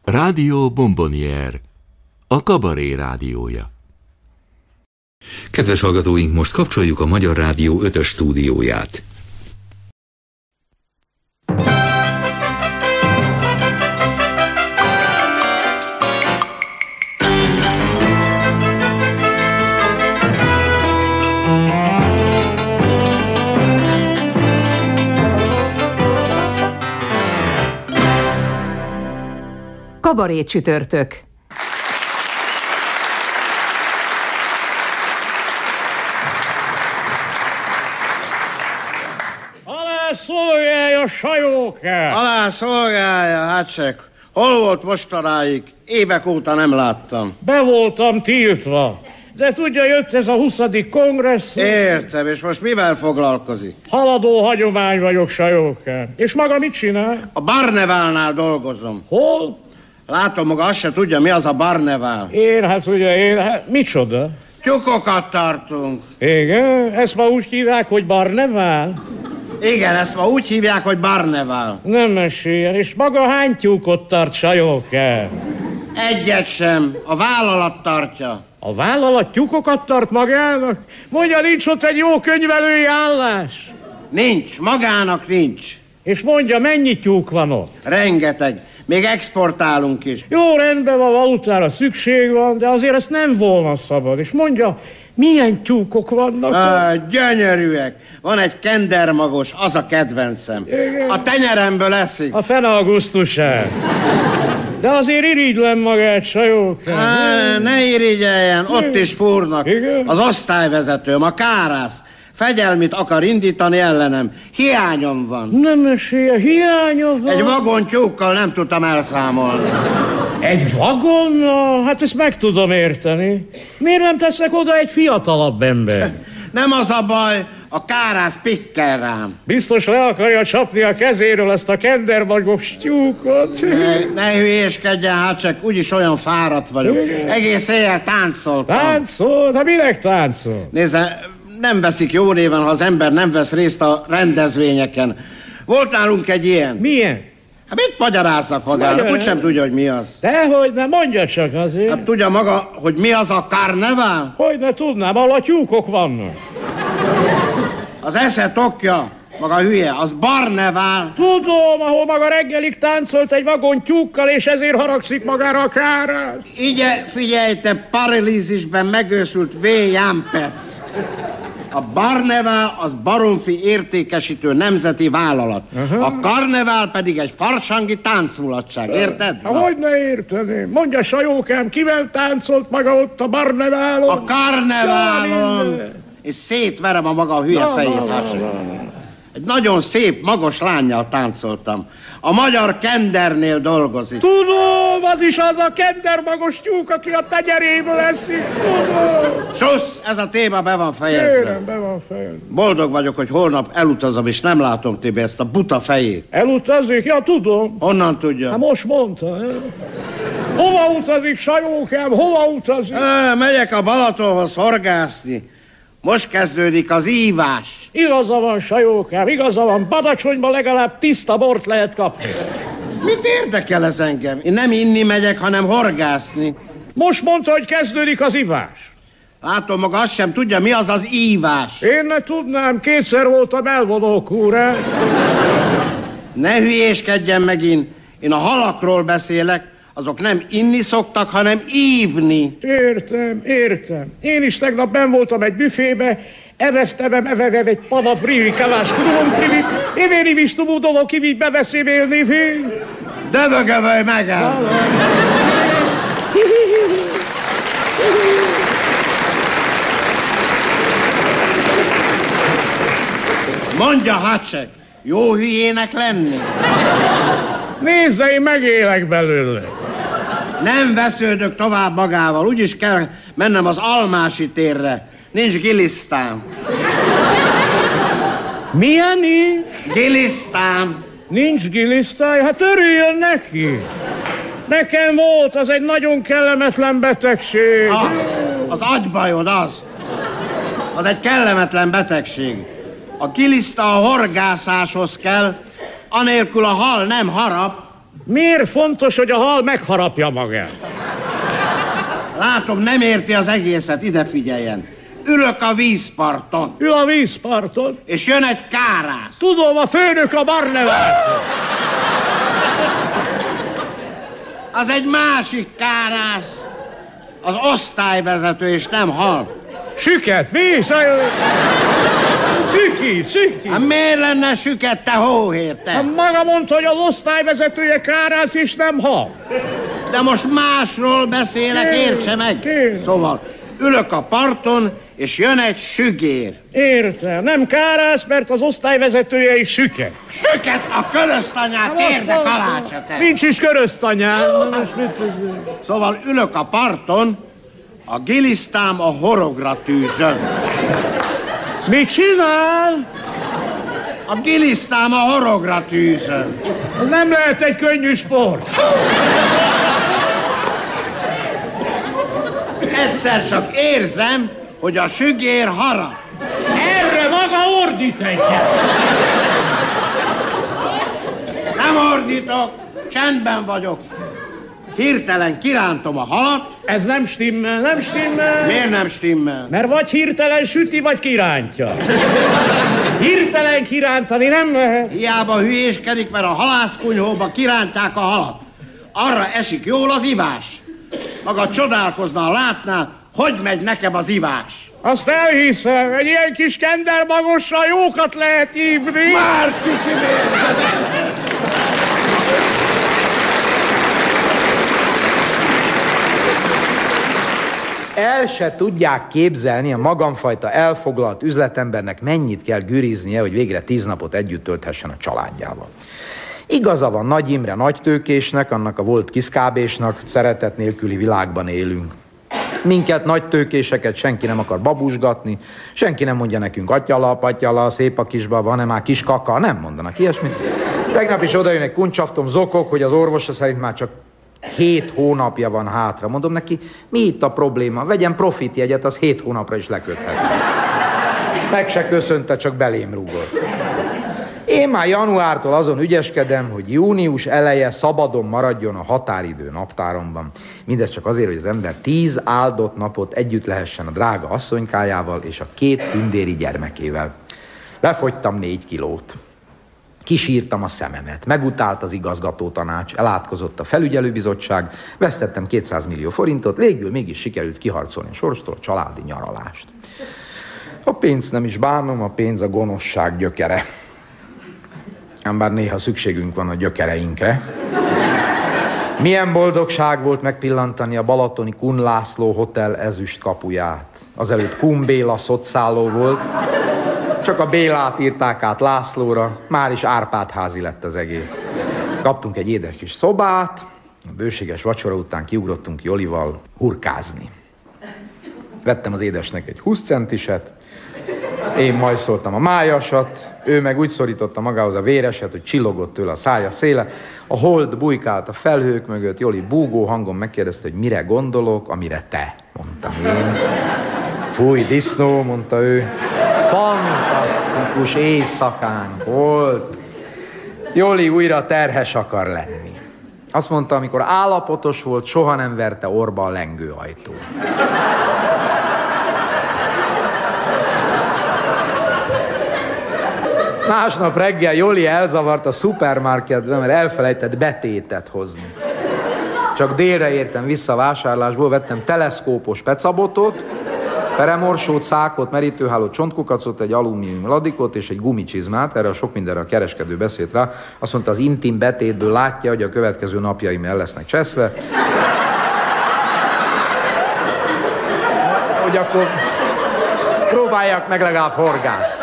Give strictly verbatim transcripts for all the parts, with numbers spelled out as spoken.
Rádió Bombonier, a kabaré rádiója. Kedves hallgatóink, most kapcsoljuk a Magyar Rádió ötös stúdióját. Kabaré csütörtök. Alá szolgálja, sajókát! Alá szolgálja, hát csak. Hol volt mostanáig? Évek óta nem láttam. Be voltam tiltva. De tudja, jött ez a huszadik kongresszus. Értem, és most mivel foglalkozik? Haladó hagyomány vagyok, sajókát. És maga mit csinál? A Barneválnál dolgozom. Hol? Látom, maga azt se tudja, mi az a Barnevál. Én, hát ugye, én, hát micsoda? Tyúkokat tartunk. Igen? Ezt ma úgy hívják, hogy Barnevál? Igen, ezt ma úgy hívják, hogy Barnevál. Nem meséljen, és maga hány tyúkot tart, sajókát? Egyet sem, a vállalat tartja. A vállalat tyúkokat tart magának? Mondja, nincs ott egy jó könyvelői állás? Nincs, magának nincs. És mondja, mennyi tyúk van ott? Rengeteg. Még exportálunk is. Jó, rendben van, valutára szükség van, de azért ezt nem volna szabad. És mondja, milyen tyúkok vannak? Á, gyönyörűek. Van egy kendermagos, az a kedvencem. Igen. A tenyeremből eszik. A fene augusztusán. De azért irigylem magát, sajókát. Á, ne irigyeljen, ott is fúrnak. Igen. Az osztályvezetőm, a kárász. Fegyelmit akar indítani ellenem. Hiányom van. Nem mesélje, hiányom van? Egy vagon tyúkkal nem tudtam elszámolni. Egy vagonnal? Hát ezt meg tudom érteni. Miért nem teszek oda egy fiatalabb ember? Nem az a baj, a kárász pikkel rám. Biztos le akarja csapni a kezéről ezt a kendermagos tyúkot. Ne, ne hülyéskedjen, hát csak úgyis olyan fáradt vagyok. Egész éjjel táncoltam. Táncol? Hát minek táncol? Nézze, nem veszik jó néven, ha az ember nem vesz részt a rendezvényeken. Volt nálunk egy ilyen. Milyen? Hát mit magyarázzak magának? Úgy sem tudja, hogy mi az. Dehogy ne, mondja csak azért. Hát tudja maga, hogy mi az a karnevál? Hogy ne tudnám, ahol a tyúkok vannak. Az esze tokja, maga hülye, az Barnevál. Tudom, ahol maga reggelig táncolt egy vagon tyúkkal, és ezért haragszik magára a kárász. Igye, figyelj, te paralízisben megőszült V. Jampec. A Barnevál az baromfi értékesítő nemzeti vállalat. Aha. A karnevál pedig egy farsangi táncmulatság, érted? Ha hogy ne érteném? Mondja, sajókám, kivel táncolt maga ott a Barneválon? A karneválon! És szétverem a maga hülye na, fejét. Na, na, na. Egy nagyon szép, magas lánnyal táncoltam. A magyar kendernél dolgozik. Tudom, az is az a kendermagos tyúk, aki a tenyeréből eszik, tudom. Susz, ez a téma be van fejezve. Kérem, be van fejezve. Boldog vagyok, hogy holnap elutazom, és nem látom Tibi ezt a buta fejét. Elutazik? Ja, tudom. Honnan tudja? Hát most mondta, eh? Hova utazik, sajókám, hova utazik? Á, megyek a Balatonhoz horgászni. Most kezdődik az ívás. Igaza van, sajókám, igaza van. Badacsonyban legalább tiszta bort lehet kapni. Mit érdekel ez engem? Én nem inni megyek, hanem horgászni. Most mondta, hogy kezdődik az ivás. Látom, maga azt sem tudja, mi az az ívás. Én ne tudnám, kétszer voltam elvonókúrán. Ne hülyéskedjen megint. Én a halakról beszélek. Azok nem inni szoktak, hanem ívni. Értem, értem. Én is tegnap benn voltam egy büfébe, evesztevem, evevev egy pavav rivi, kalás, kudulom privi, évéri vistu budoló kivi beveszévélni fény. Dövögövölj meg el! Mondja, Hacsek, jó hülyének lenni? Nézze, én megélek belőle. Nem vesződök tovább magával, úgyis kell mennem az Almási térre. Nincs gilisztám. Milyen nincs? Gilisztám. Nincs gilisztája? Hát örüljön neki. Nekem volt, az egy nagyon kellemetlen betegség. Ah, az agybajod az. Az egy kellemetlen betegség. A giliszta a horgászáshoz kell, anélkül a hal nem harap. Miért fontos, hogy a hal megharapja magát? Látom, nem érti az egészet, ide figyeljen. Ülök a vízparton. Ül a vízparton. És jön egy kárász. Tudom, a főnök a Barnevál. Az egy másik kárász. Az osztályvezető, és nem hal. Süket, mi? Süki, süki. Hát miért lenne süket, te hóhér, te? Hát maga mondta, hogy az osztályvezetője kárász, és nem hal. De most másról beszélek, Kér, értse meg. kér. Szóval ülök a parton, és jön egy sügér. Értem, nem kárász, mert az osztályvezetője is süket. Süket a köröztanyát, térde kalácsa, te. Nincs is köröztanyám. Szóval ülök a parton, a gilisztám a horogra tűzön. Mit csinál? A gilisztám a horogra tűzön. Nem lehet egy könnyű sport. Egyszer csak érzem, hogy a sügér harap. Erre maga ordít egyet. Nem ordítok, csendben vagyok. Hirtelen kirántom a halat. Ez nem stimmel, nem stimmel. Miért nem stimmel? Mert vagy hirtelen süti, vagy kirántja. Hirtelen kirántani nem lehet. Hiába hülyéskedik, mert a halászkunyhóba kirántják a halat. Arra esik jól az ivás. Maga csodálkozna, ha látná, hogy megy nekem az ivás. Azt elhiszem, egy ilyen kis kendermagossal jókat lehet ívni. Már kicsi El se tudják képzelni a magamfajta elfoglalt üzletembernek mennyit kell güriznie, hogy végre tíz napot együtt tölthessen a családjával. Igaza van Nagy Imre nagytőkésnek, annak a volt kiszkábésnak, szeretet nélküli világban élünk. Minket nagytőkéseket senki nem akar babusgatni, senki nem mondja nekünk atyala, patyala, szép a kisbaba, hanem már kis kaka, nem mondanak ilyesmit. Tegnap is odajön egy kuncsaftom, zokog, hogy az orvosa szerint már csak hét hónapja van hátra. Mondom neki, mi itt a probléma? Vegyen profitjegyet, az hét hónapra is leköthet. Meg se köszönte, csak belém rúgott. Én már januártól azon ügyeskedem, hogy június eleje szabadon maradjon a határidő naptáromban. Mindez csak azért, hogy az ember tíz áldott napot együtt lehessen a drága asszonykájával és a két tündéri gyermekével. Lefogytam négy kilót. Kisírtam a szememet, megutált az igazgatótanács, elátkozott a felügyelőbizottság, vesztettem kétszáz millió forintot, végül mégis sikerült kiharcolni a sorstól a családi nyaralást. A pénzt nem is bánom, a pénz a gonoszság gyökere. Ám bár néha szükségünk van a gyökereinkre. Milyen boldogság volt megpillantani a balatoni Kun László Hotel ezüst kapuját. Azelőtt Kun Béla szotszálló volt, csak a Bélát írták át Lászlóra, már is Árpád házi lett az egész. Kaptunk egy édes kis szobát, a bőséges vacsora után kiugrottunk Jolival hurkázni. Vettem az édesnek egy húsz centiset, én majszoltam a májasat, ő meg úgy szorította magához a véreset, hogy csillogott tőle a szája széle. A hold bujkált a felhők mögött, Joli búgó hangon megkérdezte, hogy mire gondolok, amire te, mondtam én. Fúj, disznó, mondta ő. Fantasztikus éjszakánk volt. Joli újra terhes akar lenni. Azt mondta, amikor állapotos volt, soha nem verte orba a lengőajtó. Másnap reggel Joli elzavart a szupermarketbe, mert elfelejtett betétet hozni. Csak délre értem vissza a vásárlásból, vettem teleszkópos pecabotot, peremorsót, szákot, merítőhálót, csontkukacot, egy alumínium ladikot és egy gumicsizmát. Erre a sok mindenre a kereskedő beszélt rá. Azt mondta, az intim betétből látja, hogy a következő napjaim el lesznek cseszve. Hogy akkor próbálják meg legalább horgászni.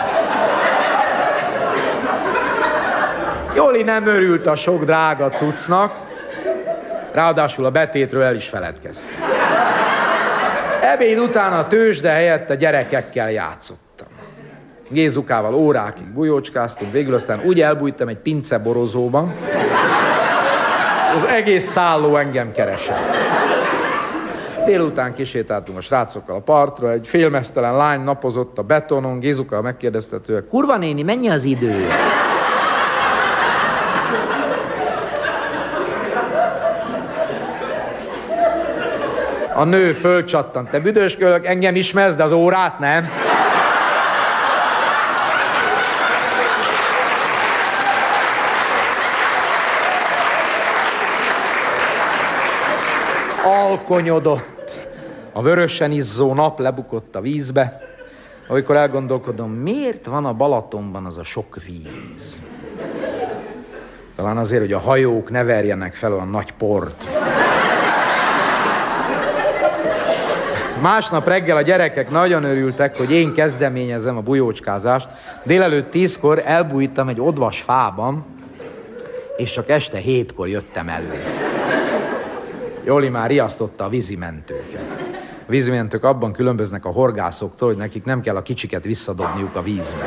Joli nem örült a sok drága cuccnak, ráadásul a betétről el is feledkezett. Ebéd után a tőzsde helyett a gyerekekkel játszottam. Gézukával órákig bujócskáztunk, végül aztán úgy elbújtam egy pinceborozóban, az egész szálló engem keresett. Délután kisétáltunk a srácokkal a partra, egy félmeztelen lány napozott a betonon, Gézukával megkérdezte tőle, kurva néni, mennyi az idő? A nő fölcsattant. Te büdös kölök, engem ismersz, de az órát nem? Alkonyodott. A vörösen izzó nap lebukott a vízbe. Amikor elgondolkodom, miért van a Balatonban az a sok víz? Talán azért, hogy a hajók ne verjenek fel a nagy port. Másnap reggel a gyerekek nagyon örültek, hogy én kezdeményezem a bujócskázást. Délelőtt tízkor elbújtam egy odvas fában, és csak este hétkor jöttem elő. Joli már riasztotta a vízimentőket. A vízimentők abban különböznek a horgászoktól, hogy nekik nem kell a kicsiket visszadobniuk a vízbe.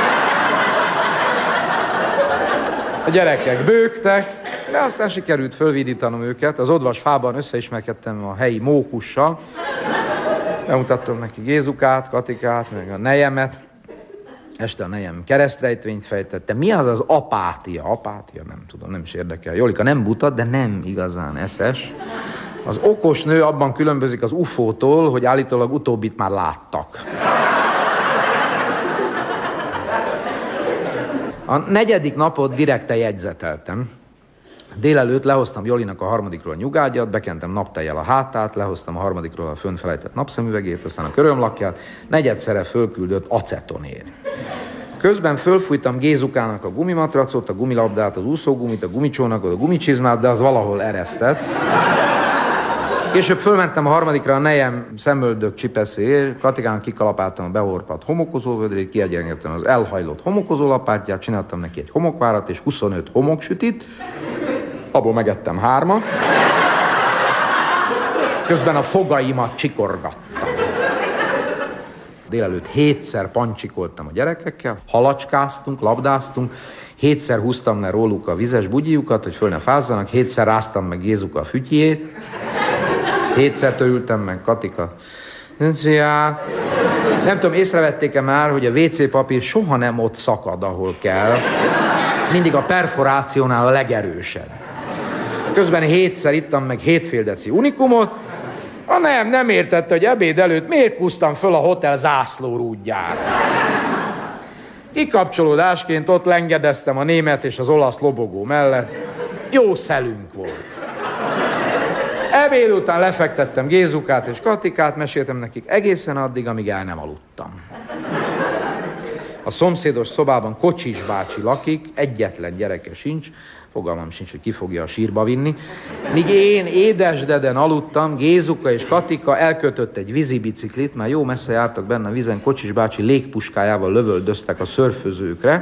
A gyerekek bőgtek, de aztán sikerült fölvidítanom őket. Az odvas fában összeismerkedtem a helyi mókussal. Bemutattam neki Gézukát, Katikát, meg a nejemet. Este a nejem keresztrejtvényt fejtette. Mi az az apátia? Apátia? Nem tudom, nem is érdekel. Jolika nem buta, de nem igazán eszes. Az okos nő abban különbözik az ufótól, hogy állítólag utóbbit már láttak. A negyedik napot direkte jegyzeteltem. Délelőtt lehoztam Jolinak a harmadikról a nyugágyat, bekentem naptejjel a hátát, lehoztam a harmadikról a fönnfelejtett napszemüvegét, aztán a körömlakját, negyedszerre fölküldött acetonér. Közben fölfújtam Gézukának a gumimatracot, a gumilabdát, az úszógumit, a gumicsónakot, a gumicsizmát, de az valahol eresztett. Később fölmentem a harmadikra a nejem szemöldök csipeszér, Katikán kikalapáltam a behorpadt homokozóvödrét, kiegyengettem az elhajlott homokozólapátját, csináltam neki egy homokvárat és huszonöt homoksütit, abból megettem hármat. Közben a fogaimat csikorgattam. Délelőtt hétszer pancsikoltam a gyerekekkel, halacskáztunk, labdáztunk, hétszer húztam le róluk a vizes bugyiukat, hogy föl ne fázzanak, hétszer ráztam meg Gézuka a fütyjét, hétszer törültem meg Katika. Nem tudom, észrevették-e már, hogy a vé cé papír soha nem ott szakad, ahol kell. Mindig a perforációnál a legerősebb. Közben hétszer ittam meg hétfél deci unikumot, a nem, nem értette, hogy ebéd előtt miért kúsztam föl a hotel zászlórúdjára. Kikapcsolódásként ott lengedeztem a német és az olasz lobogó mellett. Jó szelünk volt. Ebéd után lefektettem Gézukát és Katikát, meséltem nekik egészen addig, amíg el nem aludtam. A szomszédos szobában Kocsis bácsi lakik, egyetlen gyereke sincs, fogalmam sincs, hogy ki fogja a sírba vinni. Míg én édesdeden aludtam, Gézuka és Katika elkötött egy vízibiciklit, már jó messze jártak benne a vízen, Kocsis bácsi légpuskájával lövöldöztek a szörfözőkre.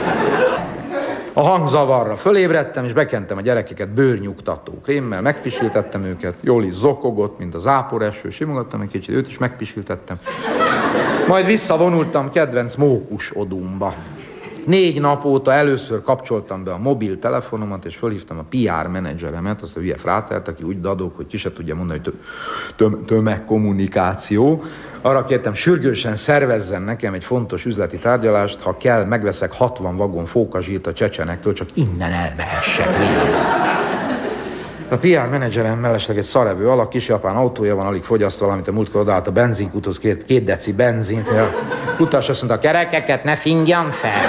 A hangzavarra fölébredtem, és bekentem a gyerekeket bőrnyugtató krémmel, megpisiltettem őket, jól is zokogott, mint a záporeső, simogattam egy kicsit, őt is megpisiltettem. Majd visszavonultam kedvenc mókus odumba. Négy nap óta először kapcsoltam be a mobiltelefonomat, és fölhívtam a pé er menedzseremet, azt a hülye frátert, aki úgy dadog, hogy ki se tudja mondani, hogy tö- tömegkommunikáció. Arra kértem, sürgősen szervezzen nekem egy fontos üzleti tárgyalást, ha kell, megveszek hatvan vagon fókazsírt a csecsenektől, csak innen elmehessek végre. A pé er menedzserem mellesleg egy szarevő alak, kisjapán autója van, alig fogyaszt valamit, a múltkor odaállt a benzinkúthoz, kért két deci benzint. A kutas azt mondta, a kerekeket ne fingjam fel.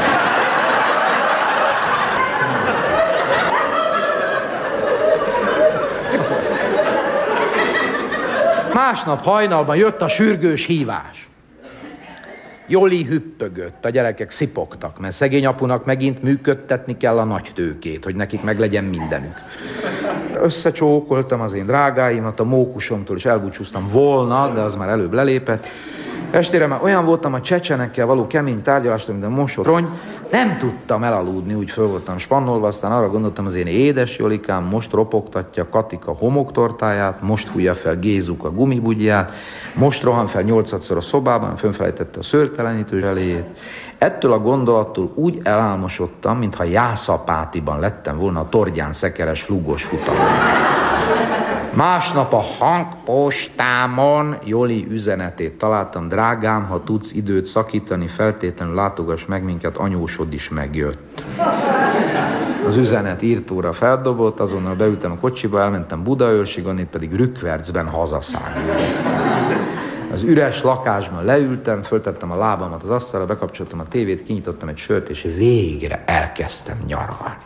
Másnap hajnalban jött a sürgős hívás. Joli hüppögött, a gyerekek szipogtak, mert szegény apunak megint működtetni kell a nagy tőkét, hogy nekik meg legyen mindenük. Összecsókoltam az én drágáimat, a mókusomtól is elbúcsúztam volna, de az már előbb lelépett. Estére már olyan voltam a csecsenekkel való kemény tárgyalástól, mint a mosotrony, nem tudtam elaludni, úgy föl voltam spannolva, aztán arra gondoltam, az én édes Jolikám most ropogtatja Katika homoktortáját, most fújja fel Gézuka gumibugyját, most rohan fel nyolcadszor a szobában, fönfelejtette a szőrtelenítő zseléjét. Ettől a gondolattól úgy elálmosodtam, mintha Jászapátiban lettem volna a Tordján szekeres flugos futamon. Másnap a hangpostámon Joli üzenetét találtam. Drágám, ha tudsz időt szakítani, feltétlenül látogass meg minket, anyósod is megjött. Az üzenet írtóra feldobott, azonnal beültem a kocsiba, elmentem Budaörsig, onnét pedig rükvercben hazaszállítottam. Az üres lakásban leültem, föltettem a lábamat az asztalra, bekapcsoltam a tévét, kinyitottam egy sört, és végre elkezdtem nyaralni.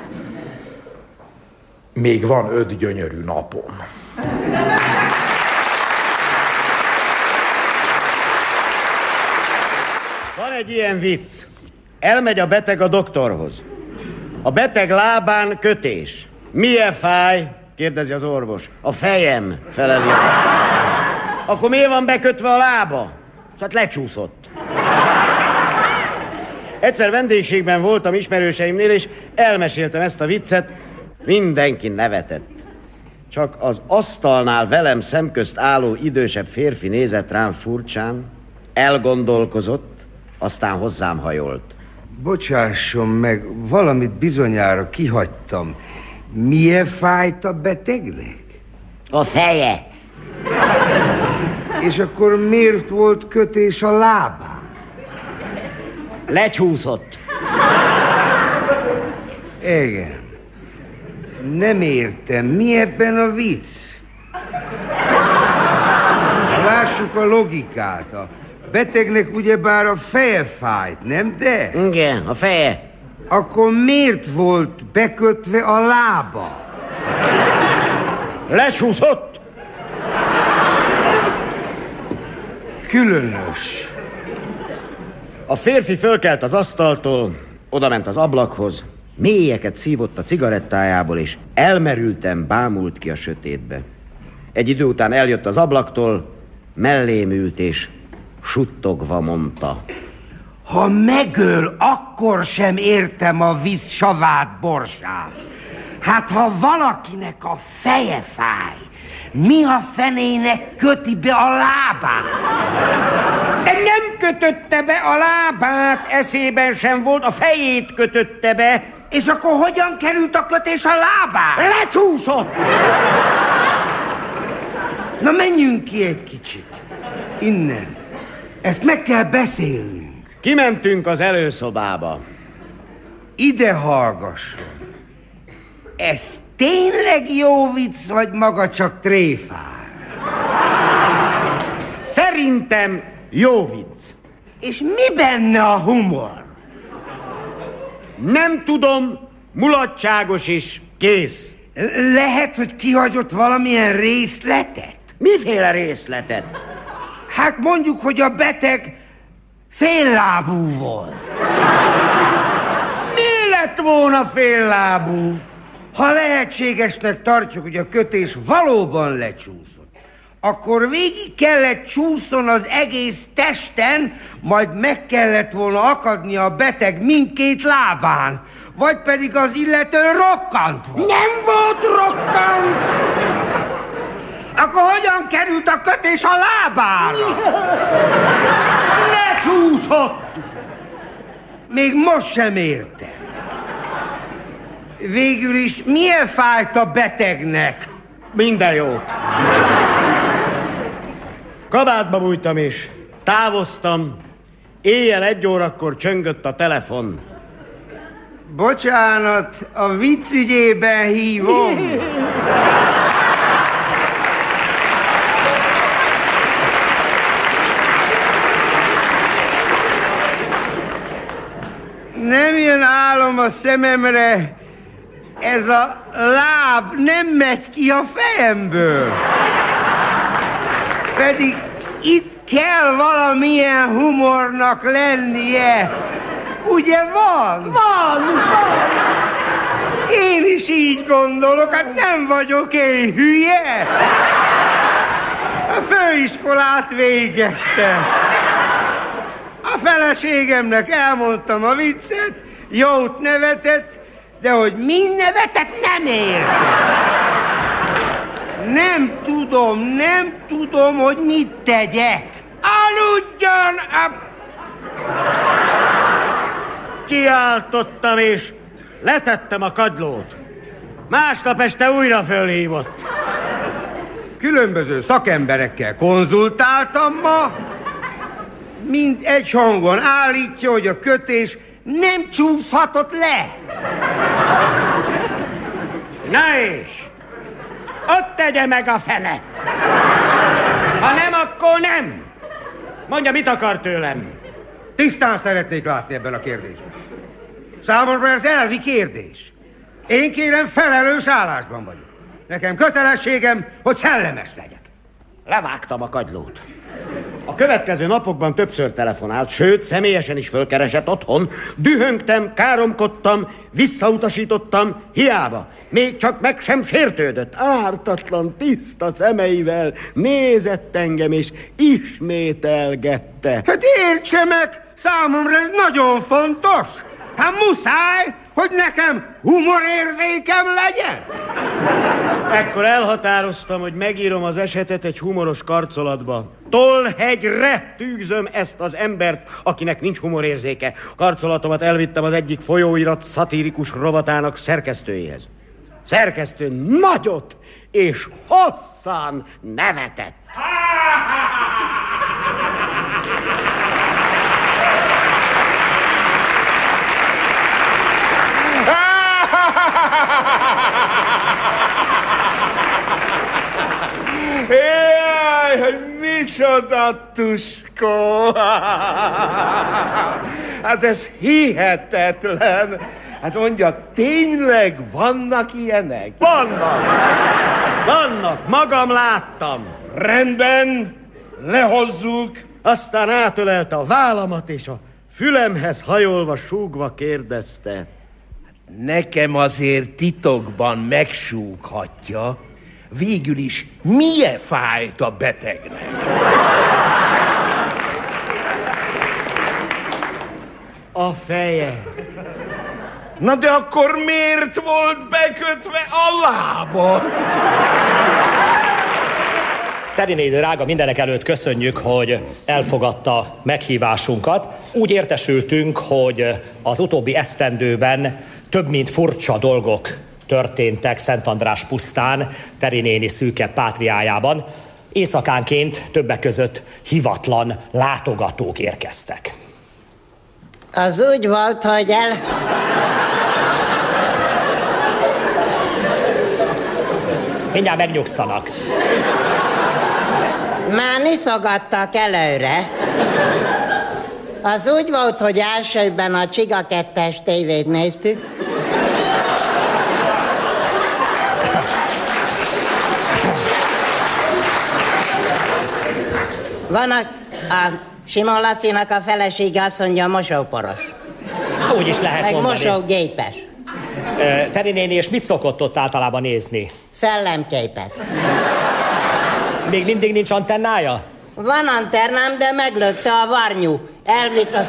Még van öt gyönyörű napom. Van egy ilyen vicc. Elmegy a beteg a doktorhoz. A beteg lábán kötés. Milyen fáj? Kérdezi az orvos. A fejem, feleli. Akkor miért van bekötve a lába? Hát lecsúszott. Egyszer vendégségben voltam ismerőseimnél, és elmeséltem ezt a viccet. Mindenki nevetett. Csak az asztalnál velem szemközt álló idősebb férfi nézett rám furcsán, elgondolkozott, aztán hozzám hajolt. Bocsásson meg, valamit bizonyára kihagytam. Milyen fájt a betegnek? A feje. És akkor miért volt kötés a lábán? Lecsúszott. Igen. Nem értem, mi ebben a vicc? Lássuk a logikát. A betegnek ugyebár a feje fájt, nem de? Igen, a feje. Akkor miért volt bekötve a lába? Lesúszott. Különös. A férfi fölkelt az asztaltól, odament az ablakhoz, mélyeket szívott a cigarettájából, és elmerülten bámult ki a sötétbe. Egy idő után eljött az ablaktól, mellém ült, és suttogva mondta. Ha megöl, akkor sem értem a víz savát, borsát. Hát ha valakinek a feje fáj, mi a fenének köti be a lábát? De nem kötötte be a lábát, eszében sem volt, a fejét kötötte be. És akkor hogyan került a kötés a lábára? Lecsúszott! Na menjünk ki egy kicsit. Innen. Ezt meg kell beszélnünk. Kimentünk az előszobába. Ide hallgasson. Ez tényleg jó vicc, vagy maga csak tréfál? Szerintem jó vicc. És mi benne a humor? Nem tudom, mulatságos is, kész. Lehet, hogy kihagyott valamilyen részletet? Miféle részletet? Hát mondjuk, hogy a beteg féllábú volt. Mi lett volna féllábú? Ha lehetségesnek tartjuk, hogy a kötés valóban lecsúszott, akkor végig kellett csúszon az egész testen, majd meg kellett volna akadni a beteg mindkét lábán, vagy pedig az illető rokkant volt. Nem volt rokkant! Akkor hogyan került a kötés a lábára? Lecsúszott! Még most sem értem. Végül is milyen fájt a betegnek? Minden jót. Kabátba bújtam és távoztam. Éjjel egy órakor csöngött a telefon. Bocsánat, a vicc ügyében hívom. Nem jön álom a szememre, ez a láb nem megy ki a fejemből. Pedig itt kell valamilyen humornak lennie. Ugye van? Van, van. Én is így gondolok, hát nem vagyok én hülye. A főiskolát végeztem. A feleségemnek elmondtam a viccet, jót nevetett, de hogy mind nevetett, nem értem. Nem tudom, nem tudom, hogy mit tegyek. Aludjon a... Kiáltottam és letettem a kagylót. Másnap este újra fölhívott. Különböző szakemberekkel konzultáltam ma, mind egy hangon állítja, hogy a kötés nem csúszhatott le. Na és? Ott tegye meg a fene! Ha nem, akkor nem! Mondja, mit akar tőlem? Tisztán szeretnék látni ebben a kérdésben. Számomra ez elvi kérdés. Én kérem, felelős állásban vagyok. Nekem kötelességem, hogy szellemes legyek. Levágtam a kagylót. A következő napokban többször telefonált, sőt, személyesen is fölkeresett otthon. Dühöngtem, káromkodtam, visszautasítottam, hiába. Még csak meg sem sértődött. Ártatlan, tiszta szemeivel nézett engem, és ismételgette. Hát értse meg, számomra ez nagyon fontos. Hát muszáj, hogy nekem humorérzékem legyen. Ekkor elhatároztam, hogy megírom az esetet egy humoros karcolatba. Tollhegyre tűzöm ezt az embert, akinek nincs humorérzéke. Karcolatomat elvittem az egyik folyóirat szatirikus rovatának szerkesztőjéhez. Szerkesztő nagyot és hosszan nevetett. Jaj, hogy micsoda tuskó! Hát ez hihetetlen! Hát mondja, tényleg vannak ilyenek? Vannak! Vannak! Magam láttam! Rendben, lehozzuk. Aztán átölelte a vállamat, és a fülemhez hajolva, súgva kérdezte. Nekem azért titokban megsúghatja, végül is milyen fájt a betegnek? A feje. Na de akkor miért volt bekötve a lába? Teri néni drága, mindenek előtt köszönjük, hogy elfogadta meghívásunkat. Úgy értesültünk, hogy az utóbbi esztendőben több mint furcsa dolgok történtek Szentandrás pusztán, Teri néni szűke pátriájában. Éjszakánként többek között hivatlan látogatók érkeztek. Az úgy volt, hogy el... Mindjárt megnyugszanak. Már niszogattak előre. Az úgy volt, hogy elsőben a Csiga kettes tévét néztük. Van a, a Simon Lacinak a felesége azt mondja, mosóporos. Úgy is lehet meg mondani. mosógépes. Teri néni, és mit szokott ott általában nézni? Szellemképet. Még mindig nincs antennája? Van antennám, de meglökte a varnyú. Elvitt a...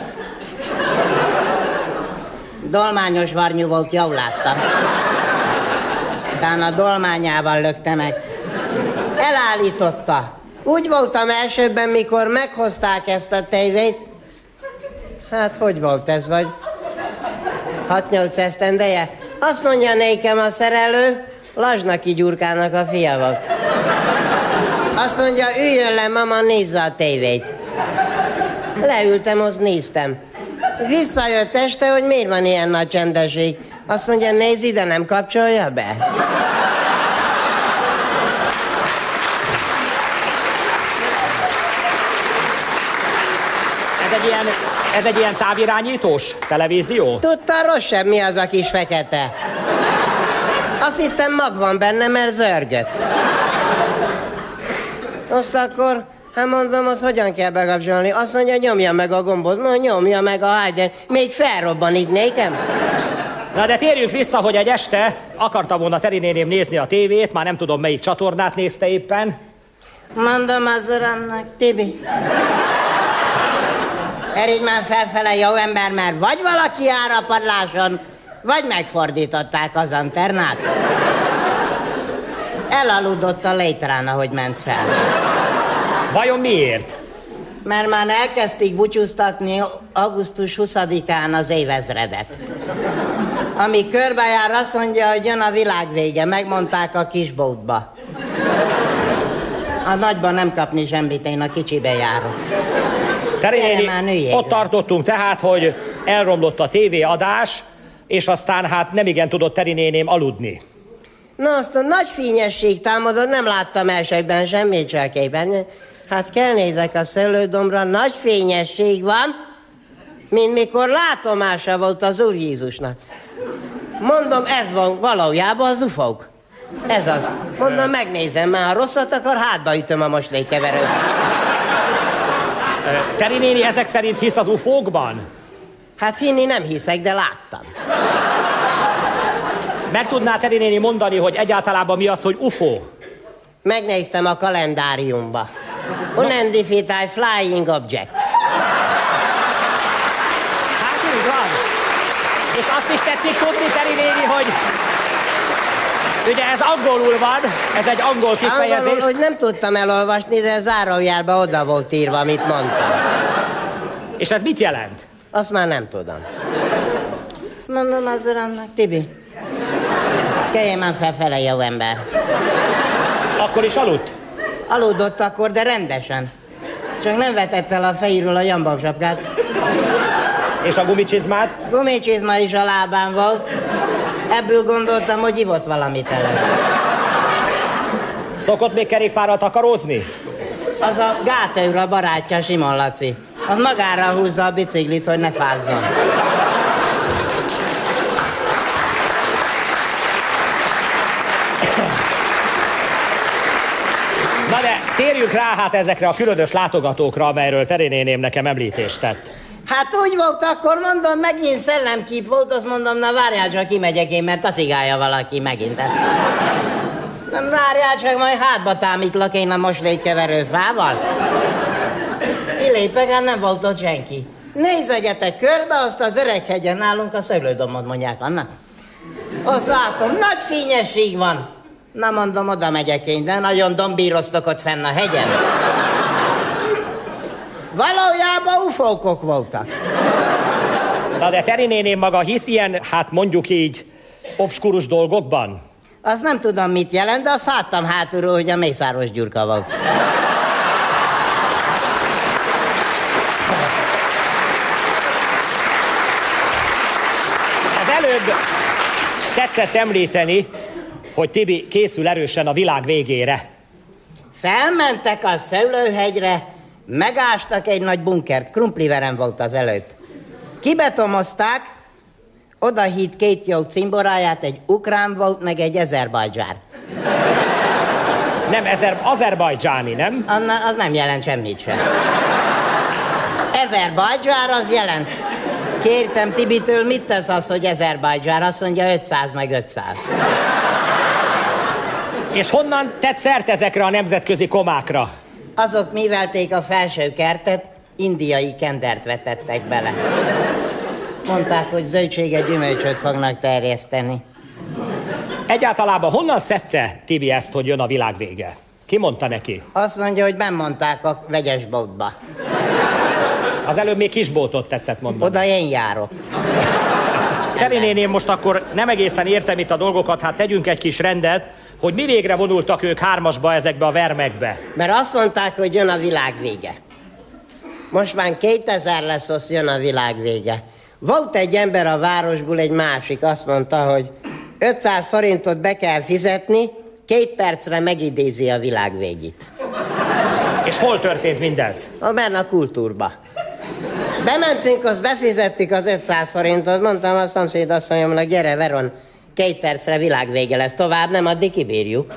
Dolmányos varnyú volt, jól láttam. Utána a dolmányával lökte meg. Elállította. Úgy voltam elsőbben, mikor meghozták ezt a tévét. Hát, hogy volt ez, vagy hat-nyolc esztendeje? Azt mondja nékem a szerelő, Lazsnaki Gyurkának a fia volt. Azt mondja, üljön le, mama, nézze a tévét. Leültem, azt néztem. Visszajött este, hogy miért van ilyen nagy csendesség. Azt mondja, nézd ide, nem kapcsolja be. Ez egy ilyen, ez egy ilyen távirányítós televízió? Tudta rossz sem, mi az a kis fekete. Azt hittem, mag van benne, mert zörgött. Azt akkor, hát mondom, azt hogyan kell bekapcsolni? Azt mondja, nyomja meg a gombot. No, nyomja meg a hágyat. Még felrobbanik nékem. Na de térjünk vissza, hogy egy este akarta volna Teri néném nézni a tévét, már nem tudom, melyik csatornát nézte éppen. Mondom az uramnak, Tibi. Eredj már felfele, jó ember, mert vagy valaki jár a padláson, vagy megfordították az antennát. Elaludott a létrán, ahogy ment fel. Vajon miért? Mert már elkezdték búcsúztatni augusztus huszadikán az évezredet. Ami körbejár, azt mondja, hogy jön a világ vége. Megmondták a kisboltba. A nagyban nem kapni semmit, én a kicsibe járok. Teri néni, ott tartottunk tehát, hogy elromlott a tévéadás, és aztán hát nemigen tudott Teri néném aludni. Na, azt a nagy fényesség támadott, nem láttam elsőkben semmit, csak éppen. Hát kell nézek a szőlődombra, nagy fényesség van, mint mikor látomása volt az Úr Jézusnak. Mondom, ez van valójában az ufók. Ez az. Mondom, megnézem, már ha rosszat akar, hátba ütöm a moslékkeverőt. Teri néni ezek szerint hisz az ufókban? Hát hinni nem hiszek, de láttam. Meg tudná Teri néni mondani, hogy egyáltalában mi az, hogy ufó? Megnéztem a kalendáriumba. Unidentified flying object. Hát így van. És azt is tetszik tudni, Teri néni, hogy ugye ez angolul van, ez egy angol kifejezés. Angolul, hogy nem tudtam elolvasni, de zárójelben oda volt írva, amit mondtam. És ez mit jelent? Azt már nem tudom. Mondom az uramnak, Tibi, keljen már felfele, jó ember. Akkor is aludt? Aludott akkor, de rendesen. Csak nem vetett el a fejéről a jambak-sapkát. És a gumicsizmát? Gumicsizma is a lábán volt. Ebből gondoltam, hogy ivott valamit előtt. Szokott még kerékpárral takarózni? Az a Gátaúr, a barátja, Simon Laci. Az magára húzza a biciklit, hogy ne fázzon. Na de térjünk rá hát ezekre a különös látogatókra, amelyről Teri néném nekem említést tett. Hát úgy volt, akkor mondom, megint szellemkép volt, azt mondom, na várjál csak, kimegyek én, mert taszigálja valaki megint. Na várjál csak, majd hátba támítlak én a moslékkeverő fával. Kilépek, hát nem volt ott senki. Nézegetek körbe, azt az Öreghegyen nálunk a szőlődomot mondják annak. Azt látom, nagy fényesség van. Na mondom, oda megyek én, de nagyon dombíroztok ott fenn a hegyen. Valójában ufókok voltak. Na de Teri néném maga hisz ilyen, hát mondjuk így, obskurus dolgokban? Azt nem tudom, mit jelent, de azt láttam hátulról, hogy a Mészáros Gyurka volt. Az előbb tetszett említeni, hogy Tibi készül erősen a világ végére. Felmentek a Szőlőhegyre, megástak egy nagy bunkert, krumpliverem volt az előtt. Kibetomozták, oda hitt két jó cimboráját, egy ukrán volt, meg egy Azerbajdzsán. Nem, ezer, azerbajdzsáni, nem? Anna, az nem jelent semmit sem. Azerbajdzsán az jelent. Kértem Tibitől, mit tesz az, hogy Azerbajdzsán? Azt mondja ötszáz meg ötszáz. És honnan tett szert ezekre a nemzetközi komákra? Azok művelték a felső kertet, indiai kendert vetettek bele. Mondták, hogy zöldséget, gyümölcsöt fognak terjeszteni. Egyáltalában honnan szedte Tibi ezt, hogy jön a világ vége? Ki mondta neki? Azt mondja, hogy benn mondták a vegyesboltba. Az előbb még kisboltot tetszett mondani. Oda én járok. Teri néném, most akkor nem egészen értem itt a dolgokat, hát tegyünk egy kis rendet, hogy mi végre vonultak ők hármasba ezekbe a vermekbe. Mert azt mondták, hogy jön a világ vége. Most már kétezer lesz, az jön a világ vége. Volt egy ember a városból, egy másik, azt mondta, hogy ötszáz forintot be kell fizetni, két percre megidézi a világ végét. És hol történt mindez? A benne a kultúrba. Bementünk, azt befizettük az ötszáz forintot, mondtam a szomszédasszonyomnak, gyere Veron, két percre világvége lesz, tovább nem, addig kibírjuk.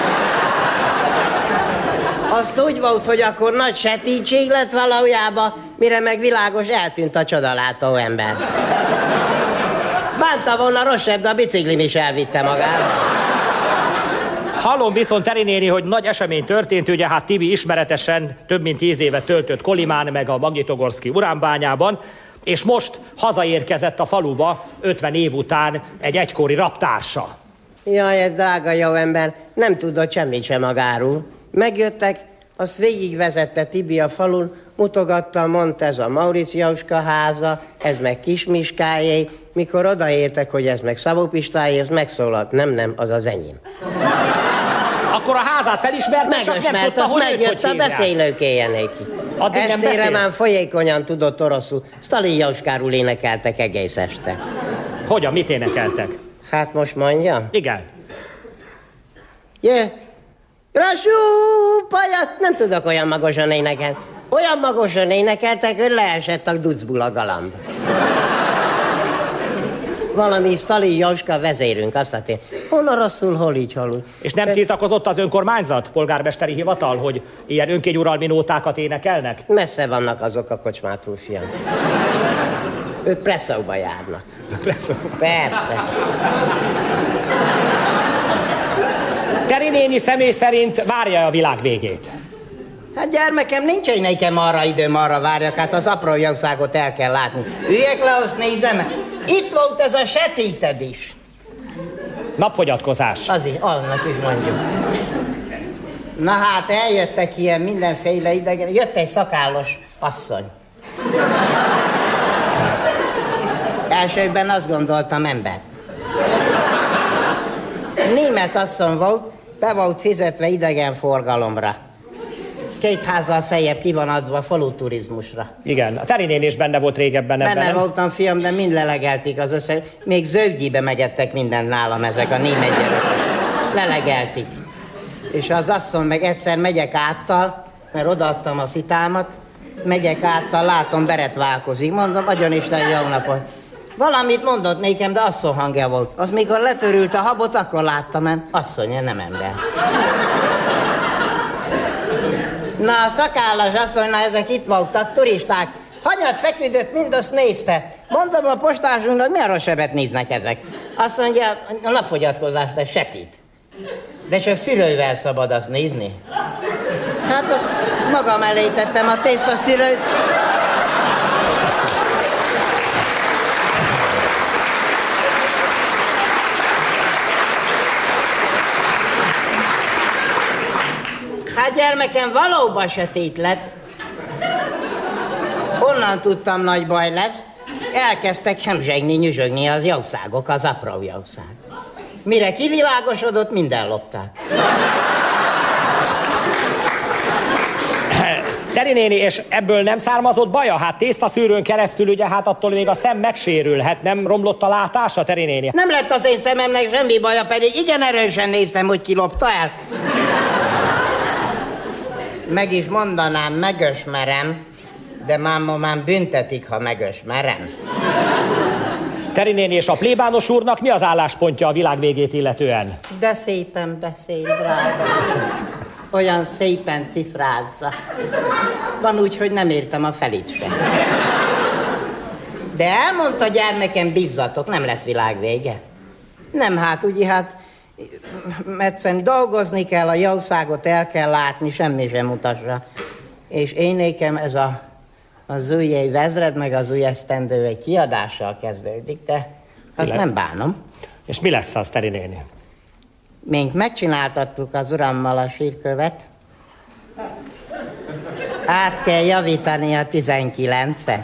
Azt úgy volt, hogy akkor nagy setítség lett valójában, mire meg világos eltűnt a csodalátó ember. Bánta volna rosszabb, de a biciklim is elvitte magát. Hallom viszont, Teri néni, hogy nagy esemény történt, ugye hát Tibi ismeretesen több mint tíz évet töltött Kolimán meg a Magnitogorszki uránbányában, és most hazaérkezett a faluba ötven év után egy egykori raptársa. Jaj, ez drága jó ember, nem tudott semmit sem magáról. Megjöttek, azt végigvezette Tibi a falun, mutogatta, mondta, ez a Mauriciuska háza, ez meg Kismiskájé. Mikor odaértek, hogy ez meg Szabó Pistájé, az megszólalt, nem, nem, az az enyém. Akkor a házát felismerte, csak nem tudta, hogy őt megjött hogy a beszélőkéje neki. Estére már folyékonyan tudott oroszul. Sztalin Jauskáról énekeltek egész este. Hogyan, mit énekeltek? Hát most mondjam? Igen. Jö. Lassú pajat, nem tudok olyan magosan énekelni. Olyan magosan énekeltek, hogy leesett a ducból a galamb. Valami Stalin Jóska vezérünk, azt a tény. Hol rosszul, hol így, hol úgy. És nem tiltakozott az önkormányzat, polgármesteri hivatal, hogy ilyen önkényuralmi nótákat énekelnek? Messze vannak azok a kocsmától, fiam. Ők Presszóba járnak. Presszóba? Persze. Teri néni személy szerint várja a világ végét. Hát gyermekem, nincs egy nekem arra időm, arra várjak, hát az apró jószágot el kell látni. Üljek le, azt nézem. Itt volt ez a setéted is. Napfogyatkozás. Azért, annak is mondjuk. Na hát, eljöttek ilyen mindenféle idegen. Jött egy szakállos asszony. Elsőben azt gondoltam, ember. Német asszony volt, be volt fizetve idegenforgalomra. Két házzal feljebb ki van adva faluturizmusra. Igen, a Teri néni is benne volt régebben ebben, Benne nem? voltam, fiam, de mind lelegelték az össze. Még zöldjébe megettek mindent nálam ezek a német gyerekek. Lelegelték. És az asszony meg egyszer megyek áttal, mert odaadtam a szitámat, megyek áttal, látom, beret válkozik. Mondom, nagyon Isten, jó napot. Valamit mondott nékem, de asszony hangja volt. Az mikor letörült a habot, akkor láttam, mert asszonya, nem ember. Na, a szakállas asszony, na ezek itt voltak, turisták. Hanyat feküdött, mind azt nézte. Mondom a postásunknak, milyen rossz sebet néznek ezek. Azt mondja, a napfogyatkozás, de setít. De csak szülővel szabad azt nézni. Hát azt magam elé tettem a tésztaszülőt. Hát gyermekem, valóban sötét lett. Honnan tudtam, nagy baj lesz? Elkezdtek hemzsegni, nyüzsögni az jószágok, az apró jószág. Mire kivilágosodott, minden lopták. Teri néni, és ebből nem származott baja? Hát tésztaszűrőn keresztül ugye hát attól még a szem megsérülhet, nem romlott a látása, Teri néni? Nem lett az én szememnek semmi baja, pedig igen erősen néztem, hogy ki lopta el. Meg is mondanám, megösmerem, de mámomám büntetik, ha megösmerem. Teri néni, és a plébános úrnak mi az álláspontja a világ végét illetően? De szépen beszél, drága. Olyan szépen cifrázza. Van úgy, hogy nem értem a felét sem. De elmondta, gyermekem, bízzatok, nem lesz világ vége. Nem, hát ugye, hát egyszerűen dolgozni kell, a jószágot el kell látni, semmi sem mutasra. És én nékem ez a, az új évezred, meg az új esztendő egy kiadással kezdődik, de azt nem bánom. És mi lesz az, Teri néni? Mink megcsináltattuk az urammal a sírkövet. Át kell javítani a tizenkilencet.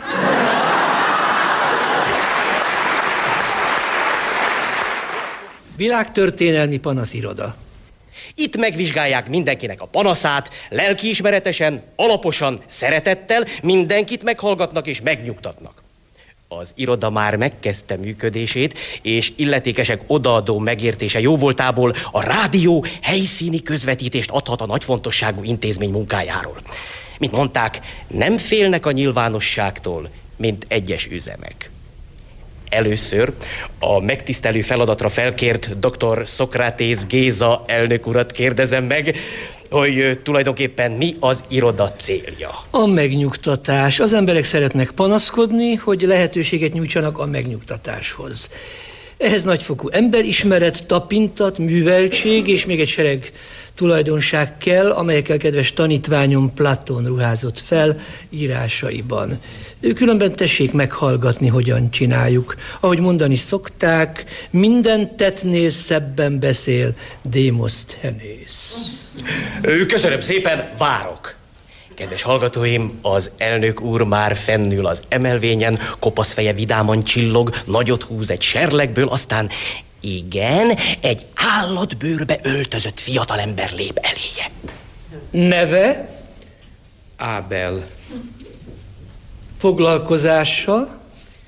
Világtörténelmi panasziroda. Itt megvizsgálják mindenkinek a panaszát, lelkiismeretesen, alaposan, szeretettel, mindenkit meghallgatnak és megnyugtatnak. Az iroda már megkezdte működését, és illetékesek odaadó megértése jóvoltából a rádió helyszíni közvetítést adhat a nagyfontosságú intézmény munkájáról. Mint mondták, nem félnek a nyilvánosságtól, mint egyes üzemek. Először a megtisztelő feladatra felkért doktor Szokratész Géza elnök urat kérdezem meg, hogy tulajdonképpen mi az iroda célja. A megnyugtatás. Az emberek szeretnek panaszkodni, hogy lehetőséget nyújtsanak a megnyugtatáshoz. Ehhez nagyfokú emberismeret, tapintat, műveltség és még egy sereg tulajdonság kell, amelyekkel kedves tanítványom Platón ruházott fel írásaiban. Különben tessék meghallgatni, hogyan csináljuk. Ahogy mondani szokták, minden tettnél szebben beszél Démoszthenész. Köszönöm szépen, várok. Kedves hallgatóim, az elnök úr már fennül az emelvényen, kopasz feje vidáman csillog, nagyot húz egy serlegből, aztán igen, egy állatbőrbe öltözött fiatalember lép eléje. Neve? Ábel. Foglalkozása?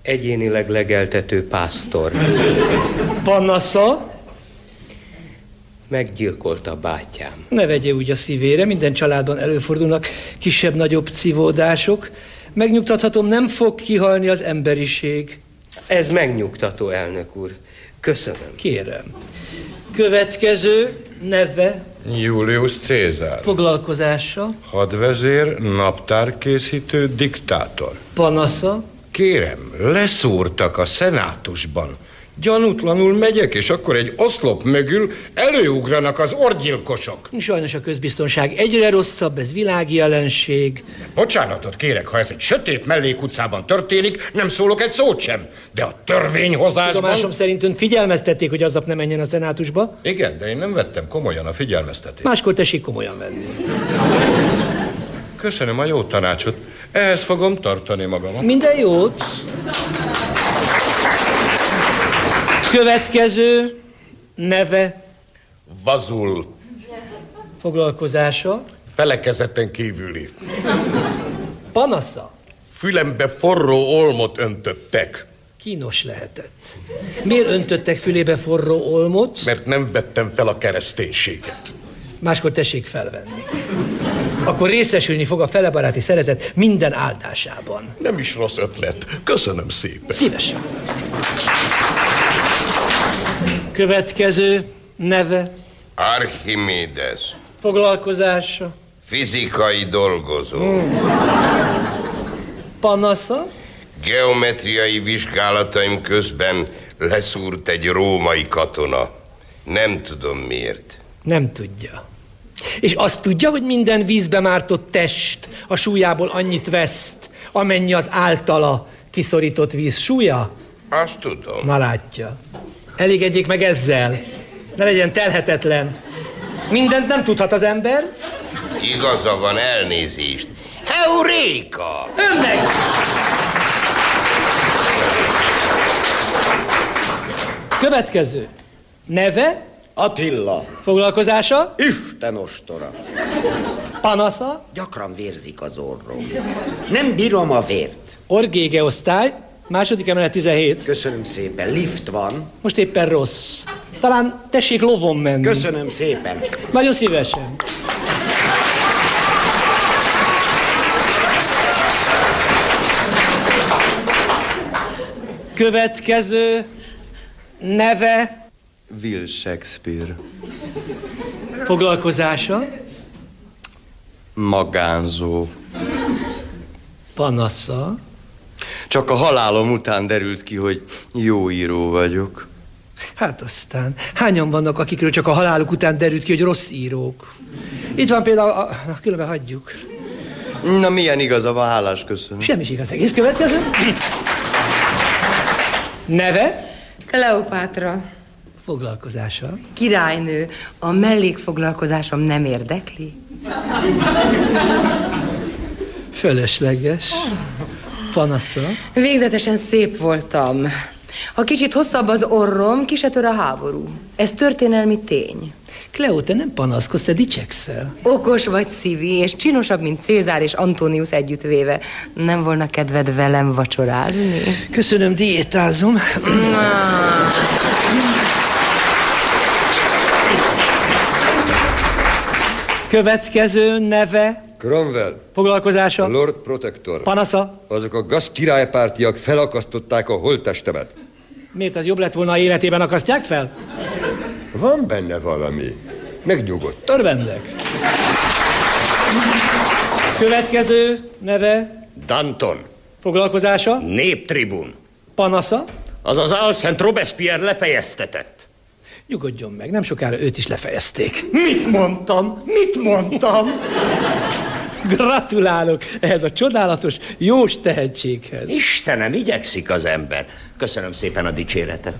egyénileg legeltető pásztor. Panasza? Meggyilkolta a bátyám. Ne vegye úgy a szívére, minden családban előfordulnak kisebb-nagyobb civódások. Megnyugtathatom, nem fog kihalni az emberiség. Ez megnyugtató, elnök úr. Köszönöm. Kérem. Következő neve? Julius Cézár. Foglalkozása? Hadvezér, naptárkészítő, diktátor. Panasza? Kérem, leszúrtak a szenátusban. Gyanútlanul megyek, és akkor egy oszlop mögül előugranak az orgyilkosok. Sajnos a közbiztonság egyre rosszabb, ez világi jelenség. Bocsánatot kérek, ha ez egy sötét mellékutcában történik, nem szólok egy szót sem. De a törvényhozásban... Tudomásom szerint ön figyelmeztették, hogy aznap ne menjen a szenátusba? Igen, de én nem vettem komolyan a figyelmeztetést. Máskor tessék komolyan venni. Köszönöm a jó tanácsot. Ehhez fogom tartani magamat. Minden jót. Következő neve? Vazul. Foglalkozása? Felekezeten kívüli. Panasza? Fülembe forró olmot öntöttek. Kínos lehetett. Miért öntöttek fülébe forró olmot? Mert nem vettem fel a kereszténységet. Máskor tessék felvenni. Akkor részesülni fog a felebaráti szeretet minden áldásában. Nem is rossz ötlet. Köszönöm szépen. Szívesen. Következő neve? Archimedes. Foglalkozása? Fizikai dolgozó. Hmm. Panasza? Geometriai vizsgálataim közben leszúrt egy római katona. Nem tudom miért. Nem tudja. És azt tudja, hogy minden vízbe mártott test a súlyából annyit veszt, amennyi az általa kiszorított víz súlya? Azt tudom. Na látja. Elégedjék meg ezzel. Ne legyen telhetetlen. Mindent nem tudhat az ember. Igaza van, elnézést. Heuréka! Önnek! Következő. Neve? Attila. Foglalkozása? Isten ostora. Panasza? Gyakran vérzik az orrom. Nem bírom a vért. Orgége osztály, második emelet tizenhét. Köszönöm szépen, lift van. Most éppen rossz. Talán tessék lovon menni. Köszönöm szépen. Nagyon szívesen. Következő neve? Will Shakespeare. Foglalkozása? Magánzó. Panasza? Csak a halálom után derült ki, hogy jó író vagyok. Hát aztán, hányan vannak, akikről csak a haláluk után derült ki, hogy rossz írók? Itt van például, a... na, különben hagyjuk. Na, milyen igaza van, hálás köszönöm. Semmi igaz, egész következő. Neve? Kleopátra. Foglalkozása? Királynő. A mellékfoglalkozásom nem érdekli? Fölösleges. Panasza? Végzetesen szép voltam. Ha kicsit hosszabb az orrom, ki se tör a háború. Ez történelmi tény. Kleó, te nem panaszkodsz, te dicsekszel. Okos vagy, Szívi, és csinosabb, mint Cézár és Antonius együttvéve. Nem volna kedved velem vacsorázni? Köszönöm, diétázom. Következő neve? Cromwell. Foglalkozása? Lord Protector. Panasza? Azok a gasz királypártiak felakasztották a holttestemet. Miért, az jobb lett volna, a életében akasztják fel? Van benne valami. Megnyugodt. Örvendek. Következő neve? Danton. Foglalkozása? Néptribun. Panasza? Azaz Alszent Robespierre lefejeztetett. Nyugodjon meg, nem sokára őt is lefejezték. Mit mondtam? Mit mondtam? Gratulálok ehhez a csodálatos, jós tehetséghez. Istenem, igyekszik az ember. Köszönöm szépen a dicséretet.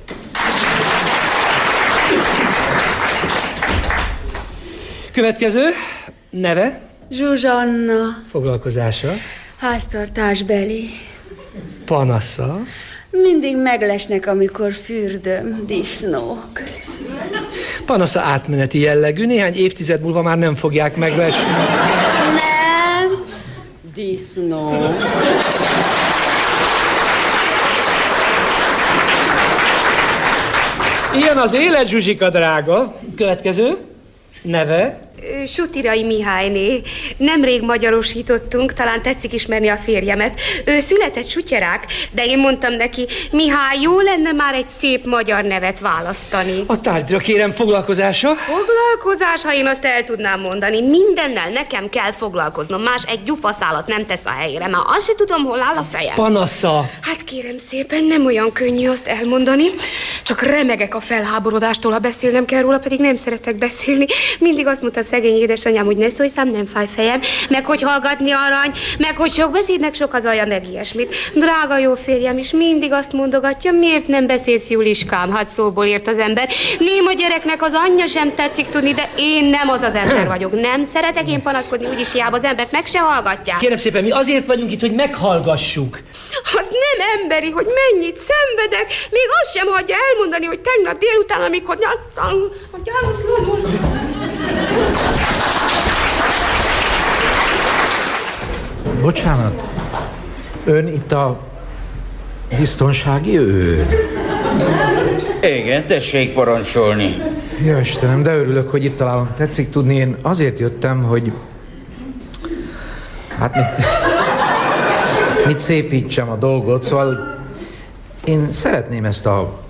Következő neve? Zsuzsanna. Foglalkozása? Háztartásbeli. Panasza? Mindig meglesnek, amikor fürdöm, disznók. Panasza átmeneti jellegű, néhány évtized múlva már nem fogják meglesni. Nem, disznó. Ilyen az élet, Zsuzsika drága. Következő. Neve? Sutirai Mihályné. Nemrég magyarosítottunk, talán tetszik ismerni a férjemet. Ő született sutyerák, de én mondtam neki, Mihály, jó lenne már egy szép magyar nevet választani. A tárgyra kérem foglalkozása. Foglalkozás, ha én azt el tudnám mondani. Mindennel nekem kell foglalkoznom. Más egy gyufaszálat nem tesz a helyére. Már azt se tudom, hol áll a fejem. Panasza. Hát kérem szépen, nem olyan könnyű azt elmondani. Csak remegek a felháborodástól, ha beszélnem kell róla, pedig nem szeretek beszélni. Mindig azt mondta szegény édesanyám, hogy ne szólj szám, nem fáj fejem, meg hogy hallgatni arany, meg hogy sok beszédnek sok az alja, meg ilyesmit. Drága jó férjem is mindig azt mondogatja, miért nem beszélsz, Juliskám, hát szóból ért az ember. Néma gyereknek az anyja sem tetszik tudni, de én nem az az ember vagyok. Nem szeretek én panaszkodni, úgyis hiába az embert meg se hallgatják. Kérem szépen, mi azért vagyunk itt, hogy meghallgassuk. Az nem emberi, hogy mennyit szenvedek. Még azt sem hagyja elmondani, hogy tegnap délután, amikor nyattam, a gyámos. Bocsánat, ön itt a biztonsági őr? Igen, tessék parancsolni. Ja, Istenem, de örülök, hogy itt találom. Tetszik tudni, én azért jöttem, hogy... Hát mit... mit szépítsem a dolgot, szóval én szeretném ezt a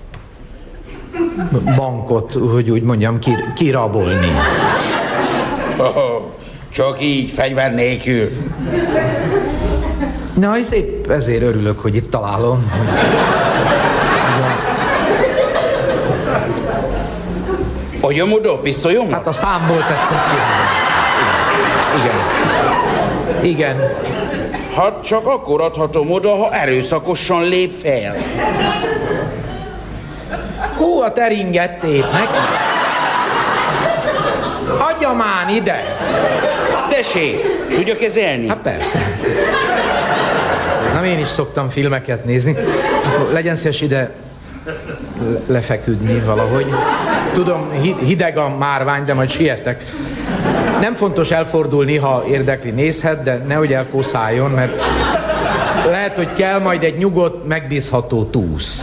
bankot, hogy úgy mondjam, kir- kirabolni. Oh, csak így, fegyver nélkül. Na, és épp ezért örülök, hogy itt találom. Hogy... Adjam oda a pisztolyom? Hát a számból tetszett ki. Igen. Igen. Hát csak akkor adhatom oda, ha erőszakosan lép fel. Hú, a teringet tépnek. Adja már ide! Tessék, tudja kezelni? Hát persze. Nem, én is szoktam filmeket nézni. Akkor legyen szíves ide lefeküdni valahogy. Tudom, hideg a márvány, de majd sietek. Nem fontos elfordulni, ha érdekli, nézhet, de nehogy elkószáljon, mert lehet, hogy kell majd egy nyugodt, megbízható túsz.